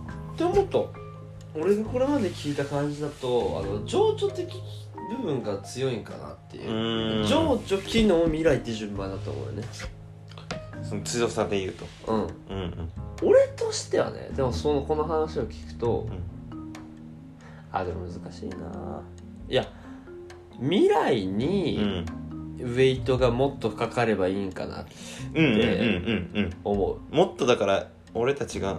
って思った俺がこれまで聞いた感じだとあの情緒的部分が強いんかなっていう、情緒機能未来って順番だと思うよねその強さで言うと、うん、うんうん俺としてはねでもそのこの話を聞くと、うん、あでも難しいないや未来にウェイトがもっとかかればいいんかなって思う。 もっとだから俺たちが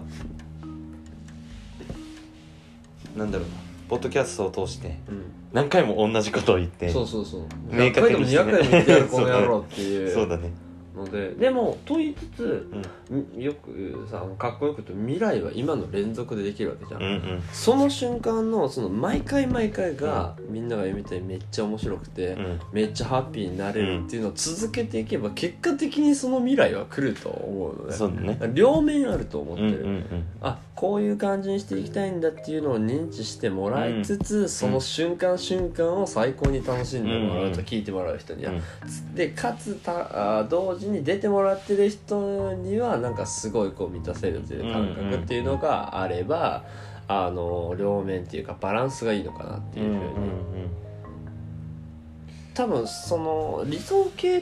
なんだろうなポッドキャストを通して何回も同じことを言って、うん、 そうそうそう明確にしてねにひゃっかいも言ってやるこの野郎っていうそうだねのででもと言いつつ、うん、よくさかっこよく言うと未来は今の連続でできるわけじゃん、うんうん、その瞬間のその毎回毎回が、うん、みんなが読みたいめっちゃ面白くて、うん、めっちゃハッピーになれるっていうのを続けていけば結果的にその未来は来ると思うのね。 そうだね両面あると思ってる、うんうんうん、あこういう感じにしていきたいんだっていうのを認知してもらいつつ、うん、その瞬間瞬間を最高に楽しんでもらうと、うん、聞いてもらう人には、うん、でかつたあ同時に出てもらってる人にはなんかすごいこう満たせるという感覚っていうのがあれば、あの両面っていうかバランスがいいのかなっていうふうに、うんうんうん、多分その理想系って、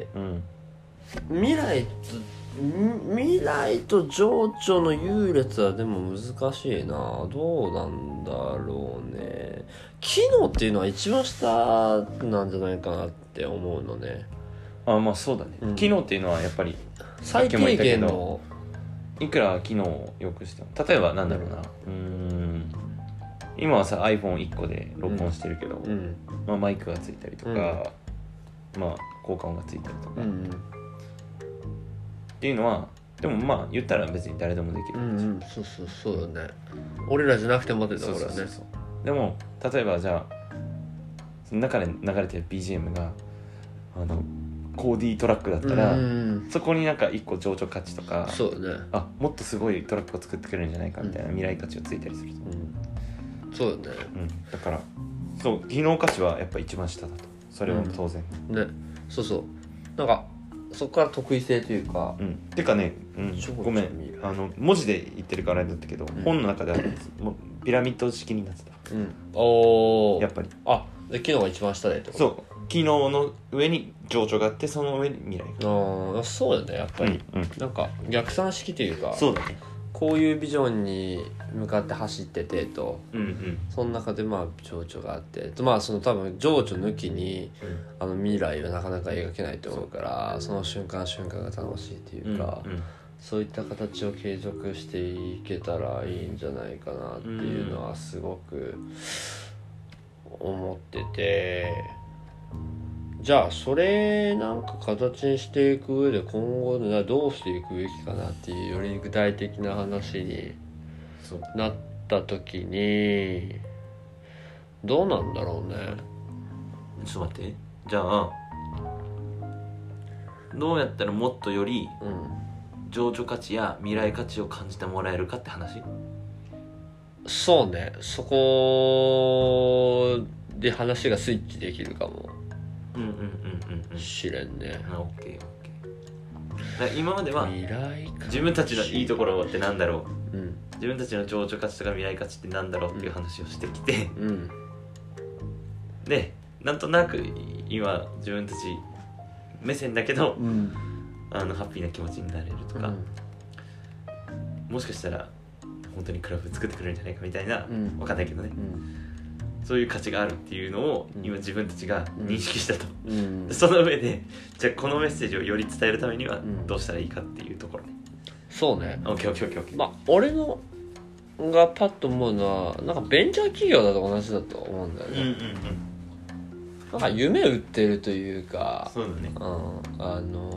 うん、未来と未来と情緒の優劣はでも難しいな。どうなんだろうね。機能っていうのは一番下なんじゃないかなって思うのね。 あまあそうだね、うん、機能っていうのはやっぱり最低限のいくら機能を良くしても例えばなんだろうな、うん、うーん今はさ アイフォンいっこで録音してるけど、うん、まあ、マイクがついたりとか、うん、まあ効果音がついたりとか、うん、っていうのはでもまあ言ったら別に誰でもできる、 うんうん、そうそうそうだね。俺らじゃなくてもってところだね。そうそうそうでも例えばじゃあその中で流れてる ビージーエム があのコーディートラックだったら、うん、そこになんか一個情緒価値とかそう、ね、 あもっとすごいトラックを作ってくれるんじゃないかみたいな未来価値がついたりすると、うん、 そうよね、 うん、だからそう技能価値はやっぱ一番下だとそれは当然、 うん、ねそうそうなんかそこから得意性というか、 うん、てかね、うん、ごめんあの文字で言ってるからあれだったけど、うん、本の中ではもうピラミッド式になってた、うん、 おやっぱりあで機能が一番下でってことそう機能の上に情緒があってその上に未来がああそうだねやっぱり、うんうん、なんか逆算式というかそうだねこういうビジョンに向かって走っててと、 うんうん、 その中でまあ情緒があってまあその多分情緒抜きに、うん、あの未来はなかなか描けないと思うからその瞬間瞬間が楽しいっていうか、うんうん、そういった形を継続していけたらいいんじゃないかなっていうのはすごく思ってて、じゃあそれなんか形にしていく上で今後どうしていくべきかなっていうより具体的な話になった時にどうなんだろうね。 ちょっと待って、じゃあどうやったらもっとより情緒価値や未来価値を感じてもらえるかって話？ そうね、そこで話がスイッチできるかもうんうんうんうんうんしれんね。 あ、オッケーオッケー。今までは自分たちのいいところってなんだろう、うん、自分たちの情緒価値とか未来価値ってなんだろうっていう話をしてきて、うん、でなんとなく今自分たち目線だけど、うん、あのハッピーな気持ちになれるとか、うん、もしかしたら本当にクラブ作ってくれるんじゃないかみたいな、うん、分かんないけどね、うん、そういう価値があるっていうのを今自分たちが認識したと、うんうん、その上でじゃあこのメッセージをより伝えるためにはどうしたらいいかっていうところね、 うん、そうね。 オッケーオッケーオッケーオッケー。 まあ俺のがパッと思うのはなんかベンチャー企業だと同じだと思うんだよね、うんうんうん、なんか夢売ってるというか、 そうだね、 うん、あの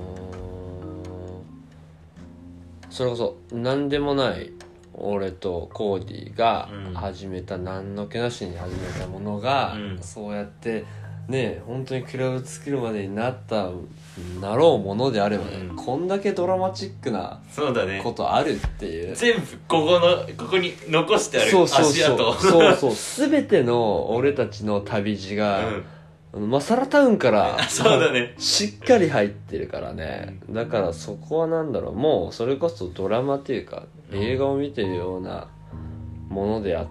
ー、それこそ何でもない俺とコーディが始めた、うん、何の気なしに始めたものが、うん、そうやってね本当にクラブ作るまでになったなろうものであればね、うん、こんだけドラマチックなことあるっていう、 ね、全部ここのここに残してある足跡そうそうそう全ての俺たちの旅路が、うん、マサラタウンからそうだねしっかり入ってるからね。だからそこはなんだろう、もうそれこそドラマっていうか映画を見てるようなものであって、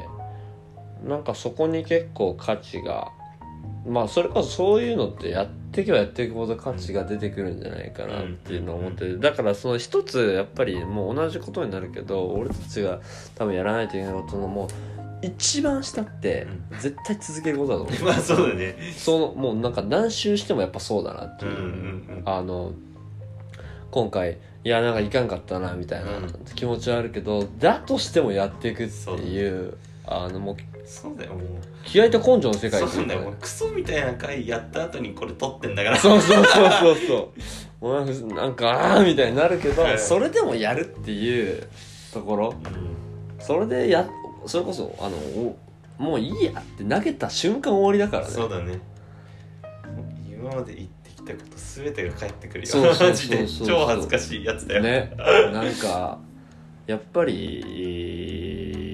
なんかそこに結構価値が、まあそれこそそういうのってやっていけばやっていくほど価値が出てくるんじゃないかなっていうのを思ってる。だからその一つやっぱりもう同じことになるけど、俺たちが多分やらないといけないことのもう一番下って絶対続けることだと思う、うん、 まあそうだね。 そのもうなんか何周してもやっぱそうだなっていう、うんうんうん、あの今回いやなんかいかんかったなみたいな気持ちはあるけど、うん、だとしてもやっていくっていうあのもうそうだよ、もう気合と根性の世界っていうか、ね、 そうだよ、もうクソみたいな回やった後にこれ撮ってんだからそうそうそうそうそうもうなんかなんかあーみたいになるけど、はい、それでもやるっていうところ、うん、それでやそれこそあのもういいやって投げた瞬間終わりだからね。 そうだね、今まで言ってきたこと全てが返ってくるよ。 そうそうそうそうマジで超恥ずかしいやつだよね。なんかやっぱり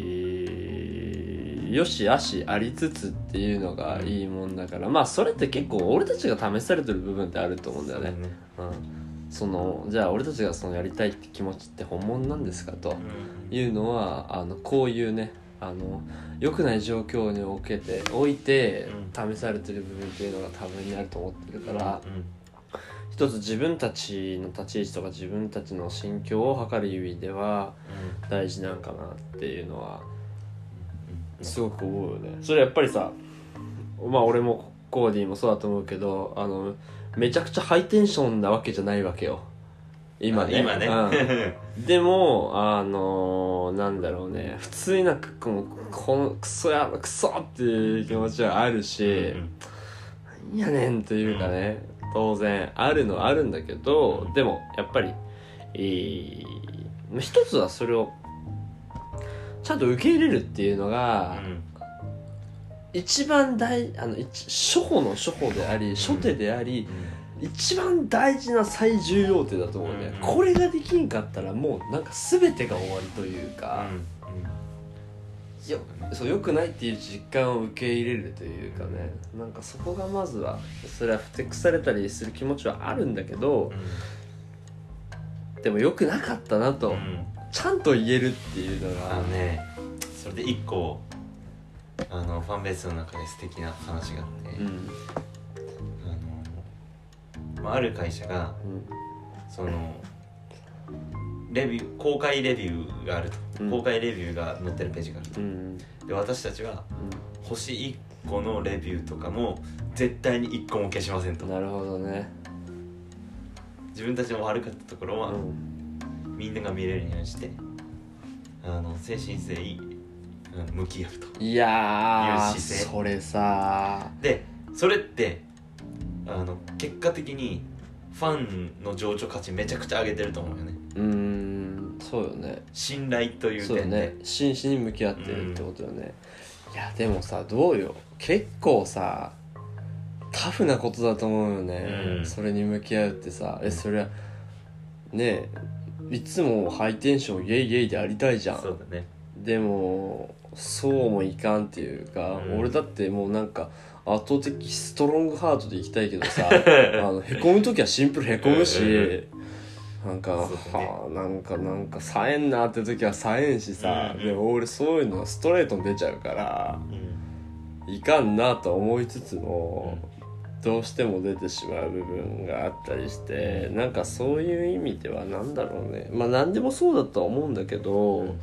よしあしありつつっていうのがいいもんだから、まあそれって結構俺たちが試されてる部分ってあると思うんだよね。うん、そのじゃあ俺たちがそのやりたいって気持ちって本物なんですかというのは、あのこういうねあの良くない状況に置けて置いて試されてる部分っていうのが多分にあると思ってるから、うんうん、一つ自分たちの立ち位置とか自分たちの心境を測る意味では大事なんかなっていうのはすごく思うよね。それやっぱりさ、まあ俺もコーディもそうだと思うけど、あのめちゃくちゃハイテンションなわけじゃないわけよ今ね。 今ね、 うん、でもあのー、なんだろうね、普通になんかこのこのクソやクソっていう気持ちはあるし、うんうん、なんやねんというかね、うん、当然あるのはあるんだけど、でもやっぱり、えー、一つはそれをちゃんと受け入れるっていうのが、うん、一番大あの初歩の初歩であり初手であり、うん、一番大事な最重要手だと思うね、うん、これができんかったらもうなんか全てが終わりというか、うんうん、 よそう良くないっていう実感を受け入れるというかね、なんかそこがまずはそれはふてくされたりする気持ちはあるんだけど、うん、でも良くなかったなと、うん、ちゃんと言えるっていうのがあのね、それで一個あのファンベースの中で素敵な話があって、うん、あの、まあ、ある会社が、うん、そのレビュー公開レビューがあると、うん、公開レビューが載ってるページがあると、うん、で私たちは、うん、星いっこのレビューとかも絶対にいっこも消しませんと。 なるほどね。 自分たちの悪かったところは、うん、みんなが見れるようにしてあの誠心誠意向き合うといやーいう姿勢それさで、それってあの結果的にファンの情緒価値めちゃくちゃ上げてると思うよね。 うーん、そうよね。 信頼という点で、そうね、真摯に向き合ってるってことよね、うん、いやでもさどうよ、結構さタフなことだと思うよね、うん、それに向き合うってさ、えそれはねえいつもハイテンションイェイイェイでありたいじゃん。 そうだね。 でもそうもいかんっていうか、うん、俺だってもうなんか圧倒的ストロングハートでいきたいけどさあのへこむ時はシンプルへこむし、うん、なんか、ね、はあなんかなんかさえんなって時はさえんしさ、うん、でも俺そういうのストレートに出ちゃうから、うん、いかんなと思いつつも、うん、どうしても出てしまう部分があったりして、なんかそういう意味ではなんだろうね、まあ何でもそうだとは思うんだけど、うん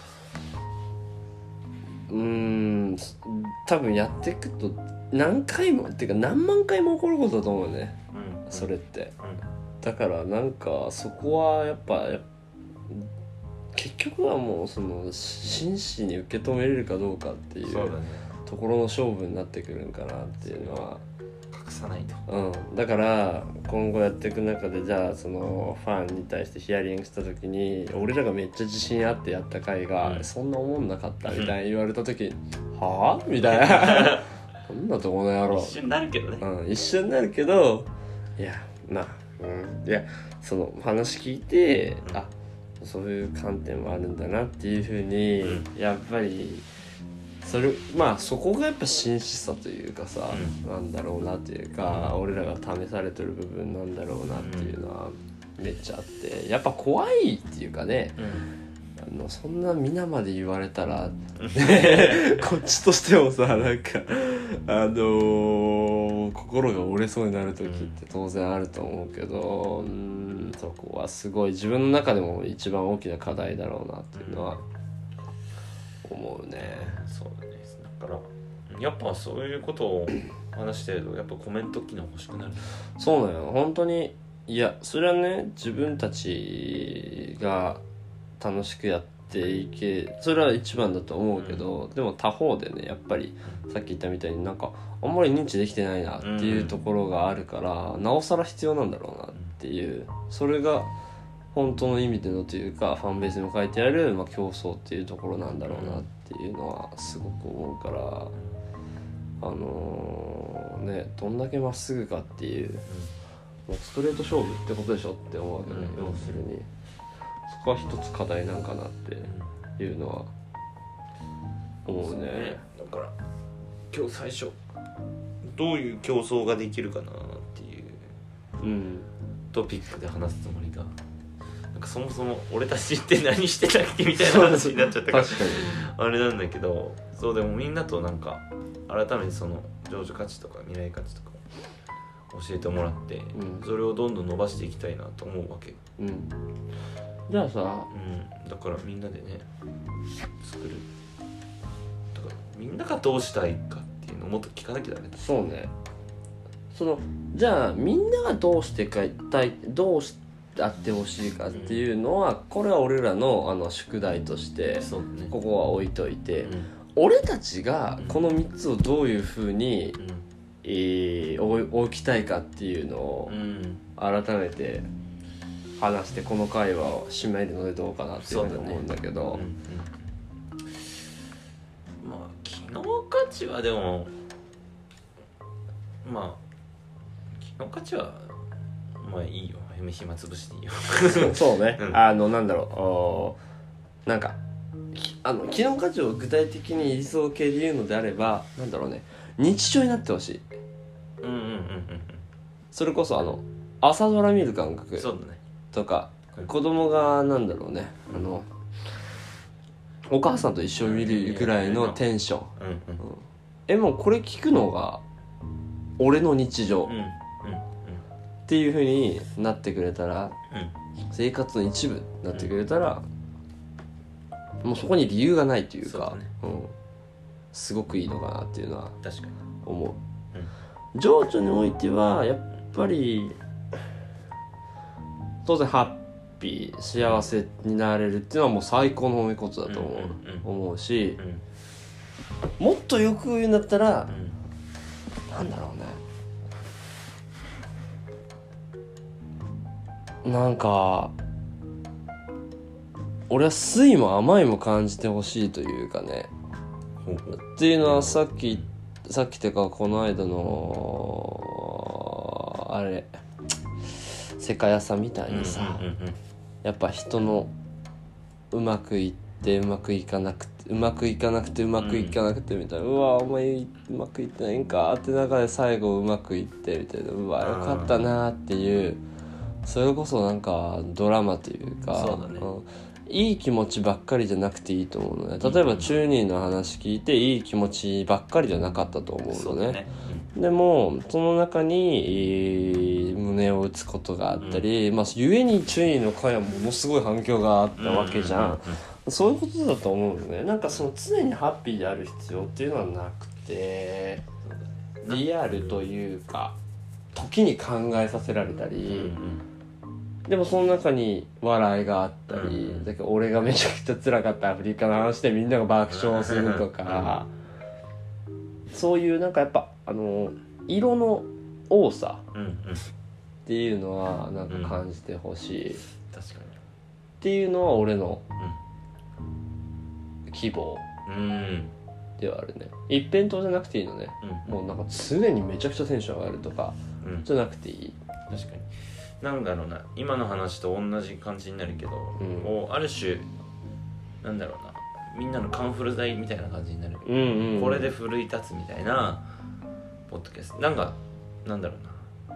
うーん多分やっていくと何回もっていうか何万回も起こることだと思うね、うん、それって、うん、だからなんかそこはやっぱ結局はもうその真摯に受け止めれるかどうかっていう、ね、ところの勝負になってくるんかなっていうのは隠さないと、 うん、だから今後やっていく中でじゃあそのファンに対してヒアリングした時に俺らがめっちゃ自信あってやった回が、うん、そんな思んなかったみたいに言われた時に、うん、はぁみたいなそんなとこの野郎一瞬になるけどね、 うん、一瞬になるけどいやな、うん、いやその話聞いて、うん、あそういう観点もあるんだなっていう風に、うん、やっぱりそれまあそこがやっぱ真摯さというかさ、うん、なんだろうなというか、うん、俺らが試されてる部分なんだろうなっていうのはめっちゃあってやっぱ怖いっていうかね、うん、あのそんな皆まで言われたらこっちとしてもさなんかあのー、心が折れそうになる時って当然あると思うけど、うん、そこはすごい自分の中でも一番大きな課題だろうなっていうのは思うね。 そうだね。だからやっぱそういうことを話してるとやっぱコメント機能欲しくなる。 そうなの本当に。いやそれはね自分たちが楽しくやっていけそれは一番だと思うけど、うん、でも他方でねやっぱりさっき言ったみたいになんかあんまり認知できてないなっていうところがあるから、うん、なおさら必要なんだろうなっていうそれが本当の意味でのというかファンベースにも書いてある、まあ、競争っていうところなんだろうなっていうのはすごく思うからあのー、ねどんだけまっすぐかっていうもうストレート勝負ってことでしょって思うわけね、うん、要するにそこは一つ課題なんかなっていうのは思うね。ねだから今日最初どういう競争ができるかなっていう、うん、トピックで話すつもりがなんかそもそも俺たちって何してたっけみたいな話になっちゃったから確かにあれなんだけどそうでもみんなとなんか改めてその情緒価値とか未来価値とか教えてもらって、うん、それをどんどん伸ばしていきたいなと思うわけ、 うん、じゃあさ、 うん、だからみんなでね作るだからみんながどうしたいかっていうのをもっと聞かなきゃダメだ。 そうねそのじゃあみんながどうしてかたいどうしてあってほしいかっていうのは、うん、これは俺らの、あの宿題として、ね、ここは置いといて、うん、俺たちがこのみっつをどういうふうに、うんえー、置きたいかっていうのを改めて話してこの会話を締めるのでどうかなっていうふうに思うんだけど、ねうんうん、まあ機能価値はでもまあ機能価値はまあいいよ暇つぶしていいよそうね、うん、あのなんだろうなんかあの機能価値を具体的に理想形で言うのであればなんだろうね日常になってほしい。 うんうんうんうん。 それこそあの朝ドラ見る感覚そうだねとか子供がなんだろうねあのお母さんと一緒に見るぐらいのテンション、うんうんうん、えもうこれ聞くのが俺の日常、うんうんうん、っていう風になってくれたら、うん、生活の一部になってくれたら、うん、もうそこに理由がないというかう、ねうん、すごくいいのかなっていうのは思う、うん、情緒においてはやっぱり当然ハッピー幸せになれるっていうのはもう最高のことだと思う、うんうんうん、思うし、うん、もっとよく言うんだったら、うん、なんだろうねなんか俺は酸いも甘いも感じてほしいというかねっていうのはさっきさっきてかこの間のあれ世界屋さんみたいにさ、うんうんうんうん、やっぱ人のうまくいってうまくいかなくてうまくいかなくてうまくいかなくてみたいな、うん、うわお前うまくいってないんかって中で最後うまくいってみたいなうわよかったなっていうそれこそなんかドラマというかそうだね、 うんいい気持ちばっかりじゃなくていいと思うのね。例えばチューニーの話聞いていい気持ちばっかりじゃなかったと思うのね。ねうん、でもその中に胸を打つことがあったり、うん、まあ故にチューニーの回はものすごい反響があったわけじゃん。うんうんうんうん、そういうことだと思うのね。なんかその常にハッピーである必要っていうのはなくて、リアルというか時に考えさせられたり。うんうんでもその中に笑いがあったり、うん、だけど俺がめちゃくちゃ辛かったアフリカの話でみんなが爆笑するとか、うん、そういうなんかやっぱあの色の多さっていうのはなんか感じてほしい、うん、 確かにっていうのは俺の希望ではあるね。一辺倒じゃなくていいのね、うん、もうなんか常にめちゃくちゃテンション上がるとかじゃなくていい、 確かになんだろうな今の話と同じ感じになるけど、うん、もうある種なんだろうなみんなのカンフル剤みたいな感じになる、うんうんうん、これで奮い立つみたいなポッドキャストなんかなんだろうな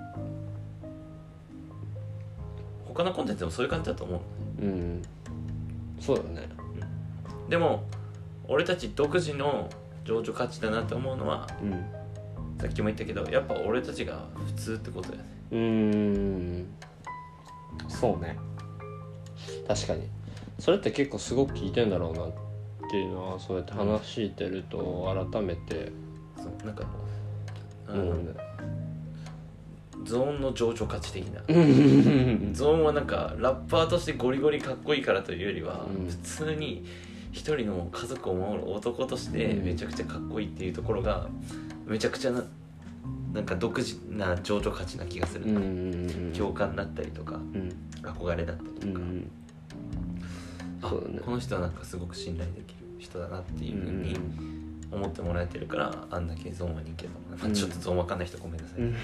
他のコンテンツでもそういう感じだと思う、うん、 そうだね、 うん、でも俺たち独自の情緒価値だなって思うのは、うん、さっきも言ったけどやっぱ俺たちが普通ってことだよね。 うーんそうね確かにそれって結構すごく効いてんだろうなっていうのはそうやって話してると改めて、 うん、そうなんかあの、うん、ゾーンの情緒価値的なゾーンはなんかラッパーとしてゴリゴリかっこいいからというよりは、うん、普通に一人の家族を守る男としてめちゃくちゃかっこいいっていうところがめちゃくちゃななんか独自な情緒価値な気がする、うんうんうん、共感だったりとか、うん、憧れだったりとか、うん、そうだね、この人はなんかすごく信頼できる人だなっていうふうに思ってもらえてるからあんだけゾーンは人気だと思う、まあ、ちょっとゾーンわかんない人ごめんなさい、うん、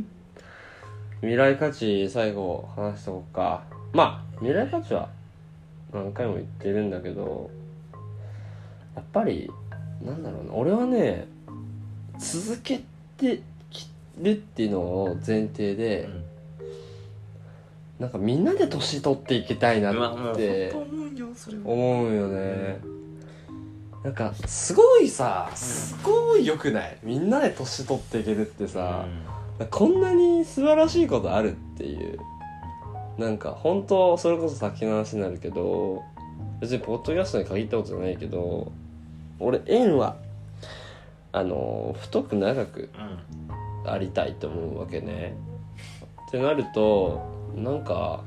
未来価値最後話しとこうか。まあ未来価値は何回も言ってるんだけどやっぱりなんだろうな俺はね続けてきるっていうのを前提で、うん、なんかみんなで年取っていきたいなって思うよね、うん、なんかすごいさすごい良くないみんなで年取っていけるってさ、うん、こんなに素晴らしいことあるっていうなんか本当それこそ先の話になるけど別にポッドキャストに限ったことじゃないけど俺縁はあの太く長くありたいと思うわけね、うん、ってなるとなんか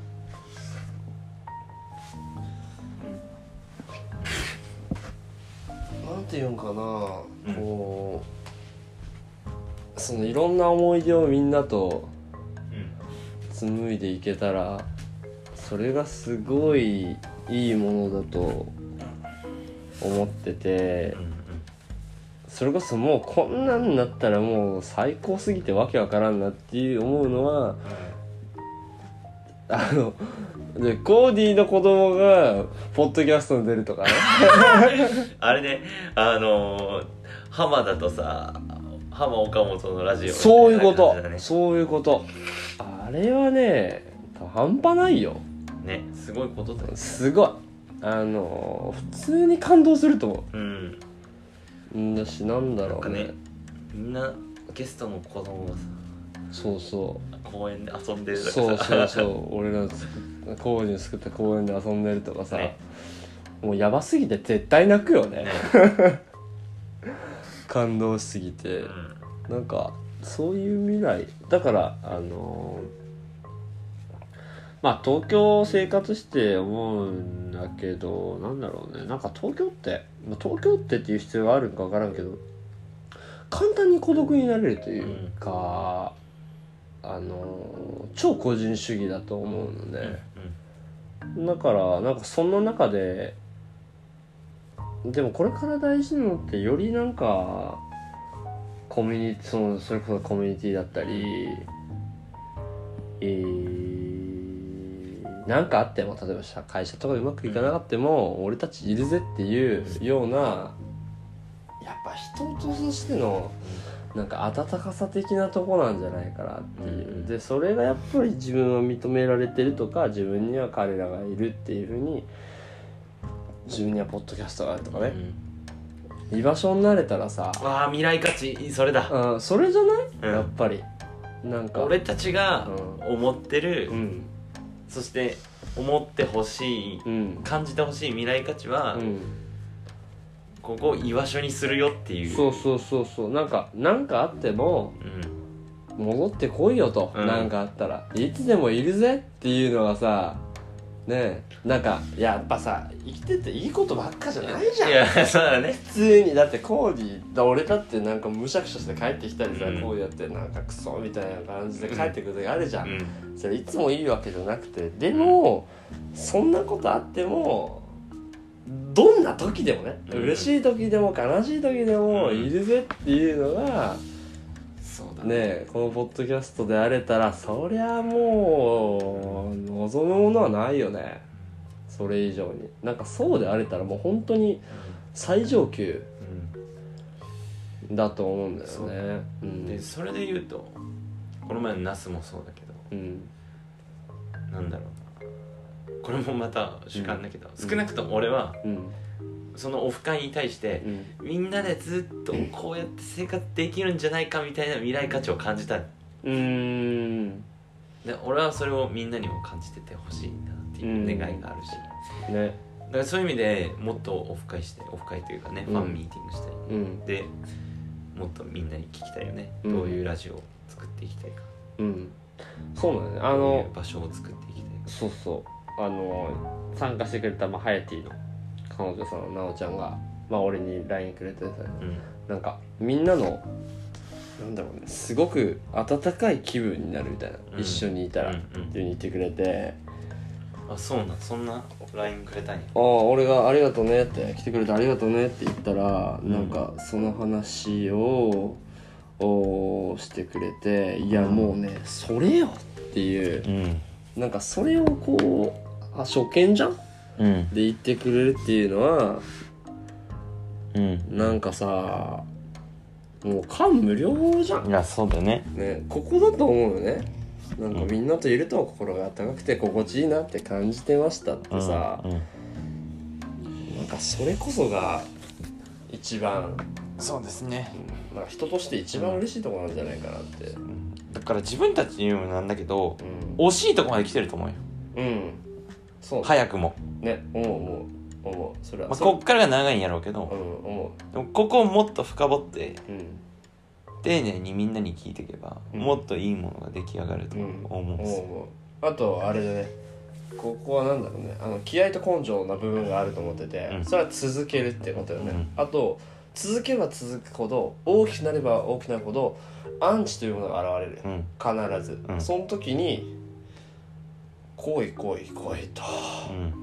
なんて言うんかな、うん、こうそのいろんな思い出をみんなと紡いでいけたらそれがすごいいいものだと思ってて、うんそれこそもうこんなんになったらもう最高すぎてわけわからんなっていう思うのは、 あのでコーディの子供がポッドキャストに出るとかねあれね、あのー、浜田とさ浜岡本のラジオ、 そういうこと、ね、そういうことあれはね半端ないよね、すごいことだよ、ね、 すごいあの普通に感動すると思う。うんだし、なんだろう ね, ねみんなゲストの子供がさそうそう公園で遊んでるとかさそうそうそう俺らコーディ作った公園で遊んでるとかさ、ね、もうやばすぎて絶対泣くよね、ね感動しすぎて、うん、なんかそういう未来だからあのー、まあ東京生活して思うんだけどなんだろうねなんか東京って東京ってっていう必要があるのか分からんけど簡単に孤独になれるというか、うん、あの超個人主義だと思うのね、うんうん、だからなんかそんな中ででもこれから大事なのってよりなんかコミュニティそのそれこそコミュニティだったり、えー、なんかあっても例えば会社とかうまくいかなかったも、うん、俺たちいるぜっていうようなやっぱ人としてのなんか温かさ的なとこなんじゃないかなっていう、うん、でそれがやっぱり自分は認められてるとか自分には彼らがいるっていう風に自分にはポッドキャストがあるとかね、うん、居場所になれたらさあ未来価値それだ、 うん、それじゃない、うん、やっぱりなんか俺たちが思ってる、うん、そして思ってほしい、うん、感じてほしい未来価値は、うんここを居場所にするよっていうそうそうそうそうなんかなんかあっても、うん、戻ってこいよと、うん、なんかあったらいつでもいるぜっていうのがさねえなんかやっぱさ生きてていいことばっかじゃないじゃん。 いやそうだね普通にだってコーディだ俺だってなんかむしゃくしゃして帰ってきたりさ、うん、コーディやってなんかクソみたいな感じで帰ってくる時あるじゃん、うん、それいつもいいわけじゃなくてでも、うん、そんなことあってもどんな時でもね、うん、嬉しい時でも悲しい時でもいるぜっていうのが、うん、そうだ ね, ねこのポッドキャストであれたらそりゃもう望むものはないよねそれ以上になんかそうであれたらもう本当に最上級だと思うんだよね、 うん、でそれで言うとこの前のナスもそうだけど、うん、なんだろうこれもまた主観だけど、うん、少なくとも俺は、うん、そのオフ会に対して、うん、みんなでずっとこうやって生活できるんじゃないかみたいな未来価値を感じたうーんで俺はそれをみんなにも感じててほしいなっていう願いがあるし、ね、だからそういう意味でもっとオフ会してオフ会というかね、ファンミーティングしたり、うん、でもっとみんなに聞きたいよね、うん、どういうラジオを作っていきたいか、うん、 そうなんだねあのどういう場所を作っていきたいかそうそうあの参加してくれた、まあ、ハヤティの彼女さんなおちゃんが、まあ、俺に ライン くれてさ、うん、なんかみんなのなんだろうねすごく温かい気分になるみたいな、うん、一緒にいたら、うんうん、っていう風に言ってくれてあそうなそんな ライン くれたんやああ俺がありがとうねって来てくれてありがとうねって言ったら、うん、なんかその話をおしてくれていやもうねそれよっていう、うんなんかそれをこうあ初見じゃん、うん、で言ってくれるっていうのは、うん、なんかさもう感無量じゃんいやそうだねねここだと思うよねなんかみんなといると心が温かくて心地いいなって感じてましたってさ、うんうん、なんかそれこそが一番そうですね、 うん、なんか人として一番嬉しいところなんじゃないかなって、うん、 だから自分たちに言うのもなんだけど、うん、惜しいとこまで来てると思うようんそう、ね、早くもね思う思う思うそれは、 まあ、こっからが長いんやろうけど、うん、思うでもここをもっと深掘って、うん、丁寧にみんなに聞いていけば、うん、もっといいものが出来上がると思うんです、うん、思うあとあれでねここはなんだろうねあの気合と根性な部分があると思ってて、うん、それは続けるってことよね、うん、あと続けば続くほど大きくなれば大きくなるほどアンチというものが現れる、うん、必ず、うん、その時に来い来い来いと、うんうん、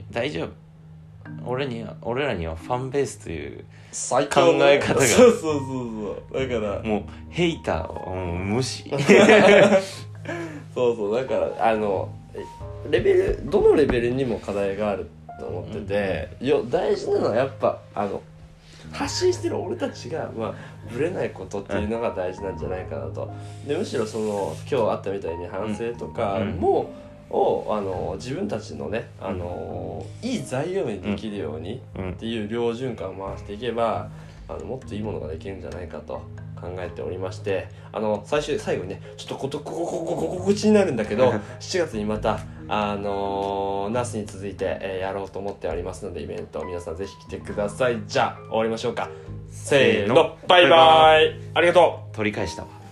大丈夫俺には俺らにはファンベースという最考え方がそうそうそうそうだからもうヘイターをもう無視そうそうだからあのレベルどのレベルにも課題があると思ってて、うん、よ大事なのはやっぱあの発信してる俺たちが、まあ、ブレないことっていうのが大事なんじゃないかなと。でむしろその今日あったみたいに反省とかも、うん、をあの自分たちのねあの、うん、いい材料にできるようにっていう両循環を回していけばあのもっといいものができるんじゃないかと考えておりまして、あの最終最後にねちょっとことこここここ告知になるんだけどしちがつにまたあのー、ナスに続いて、えー、やろうと思っておりますのでイベント皆さんぜひ来てください。じゃあ終わりましょうか。せーのバイバイ。ありがとう。 取り返したわ。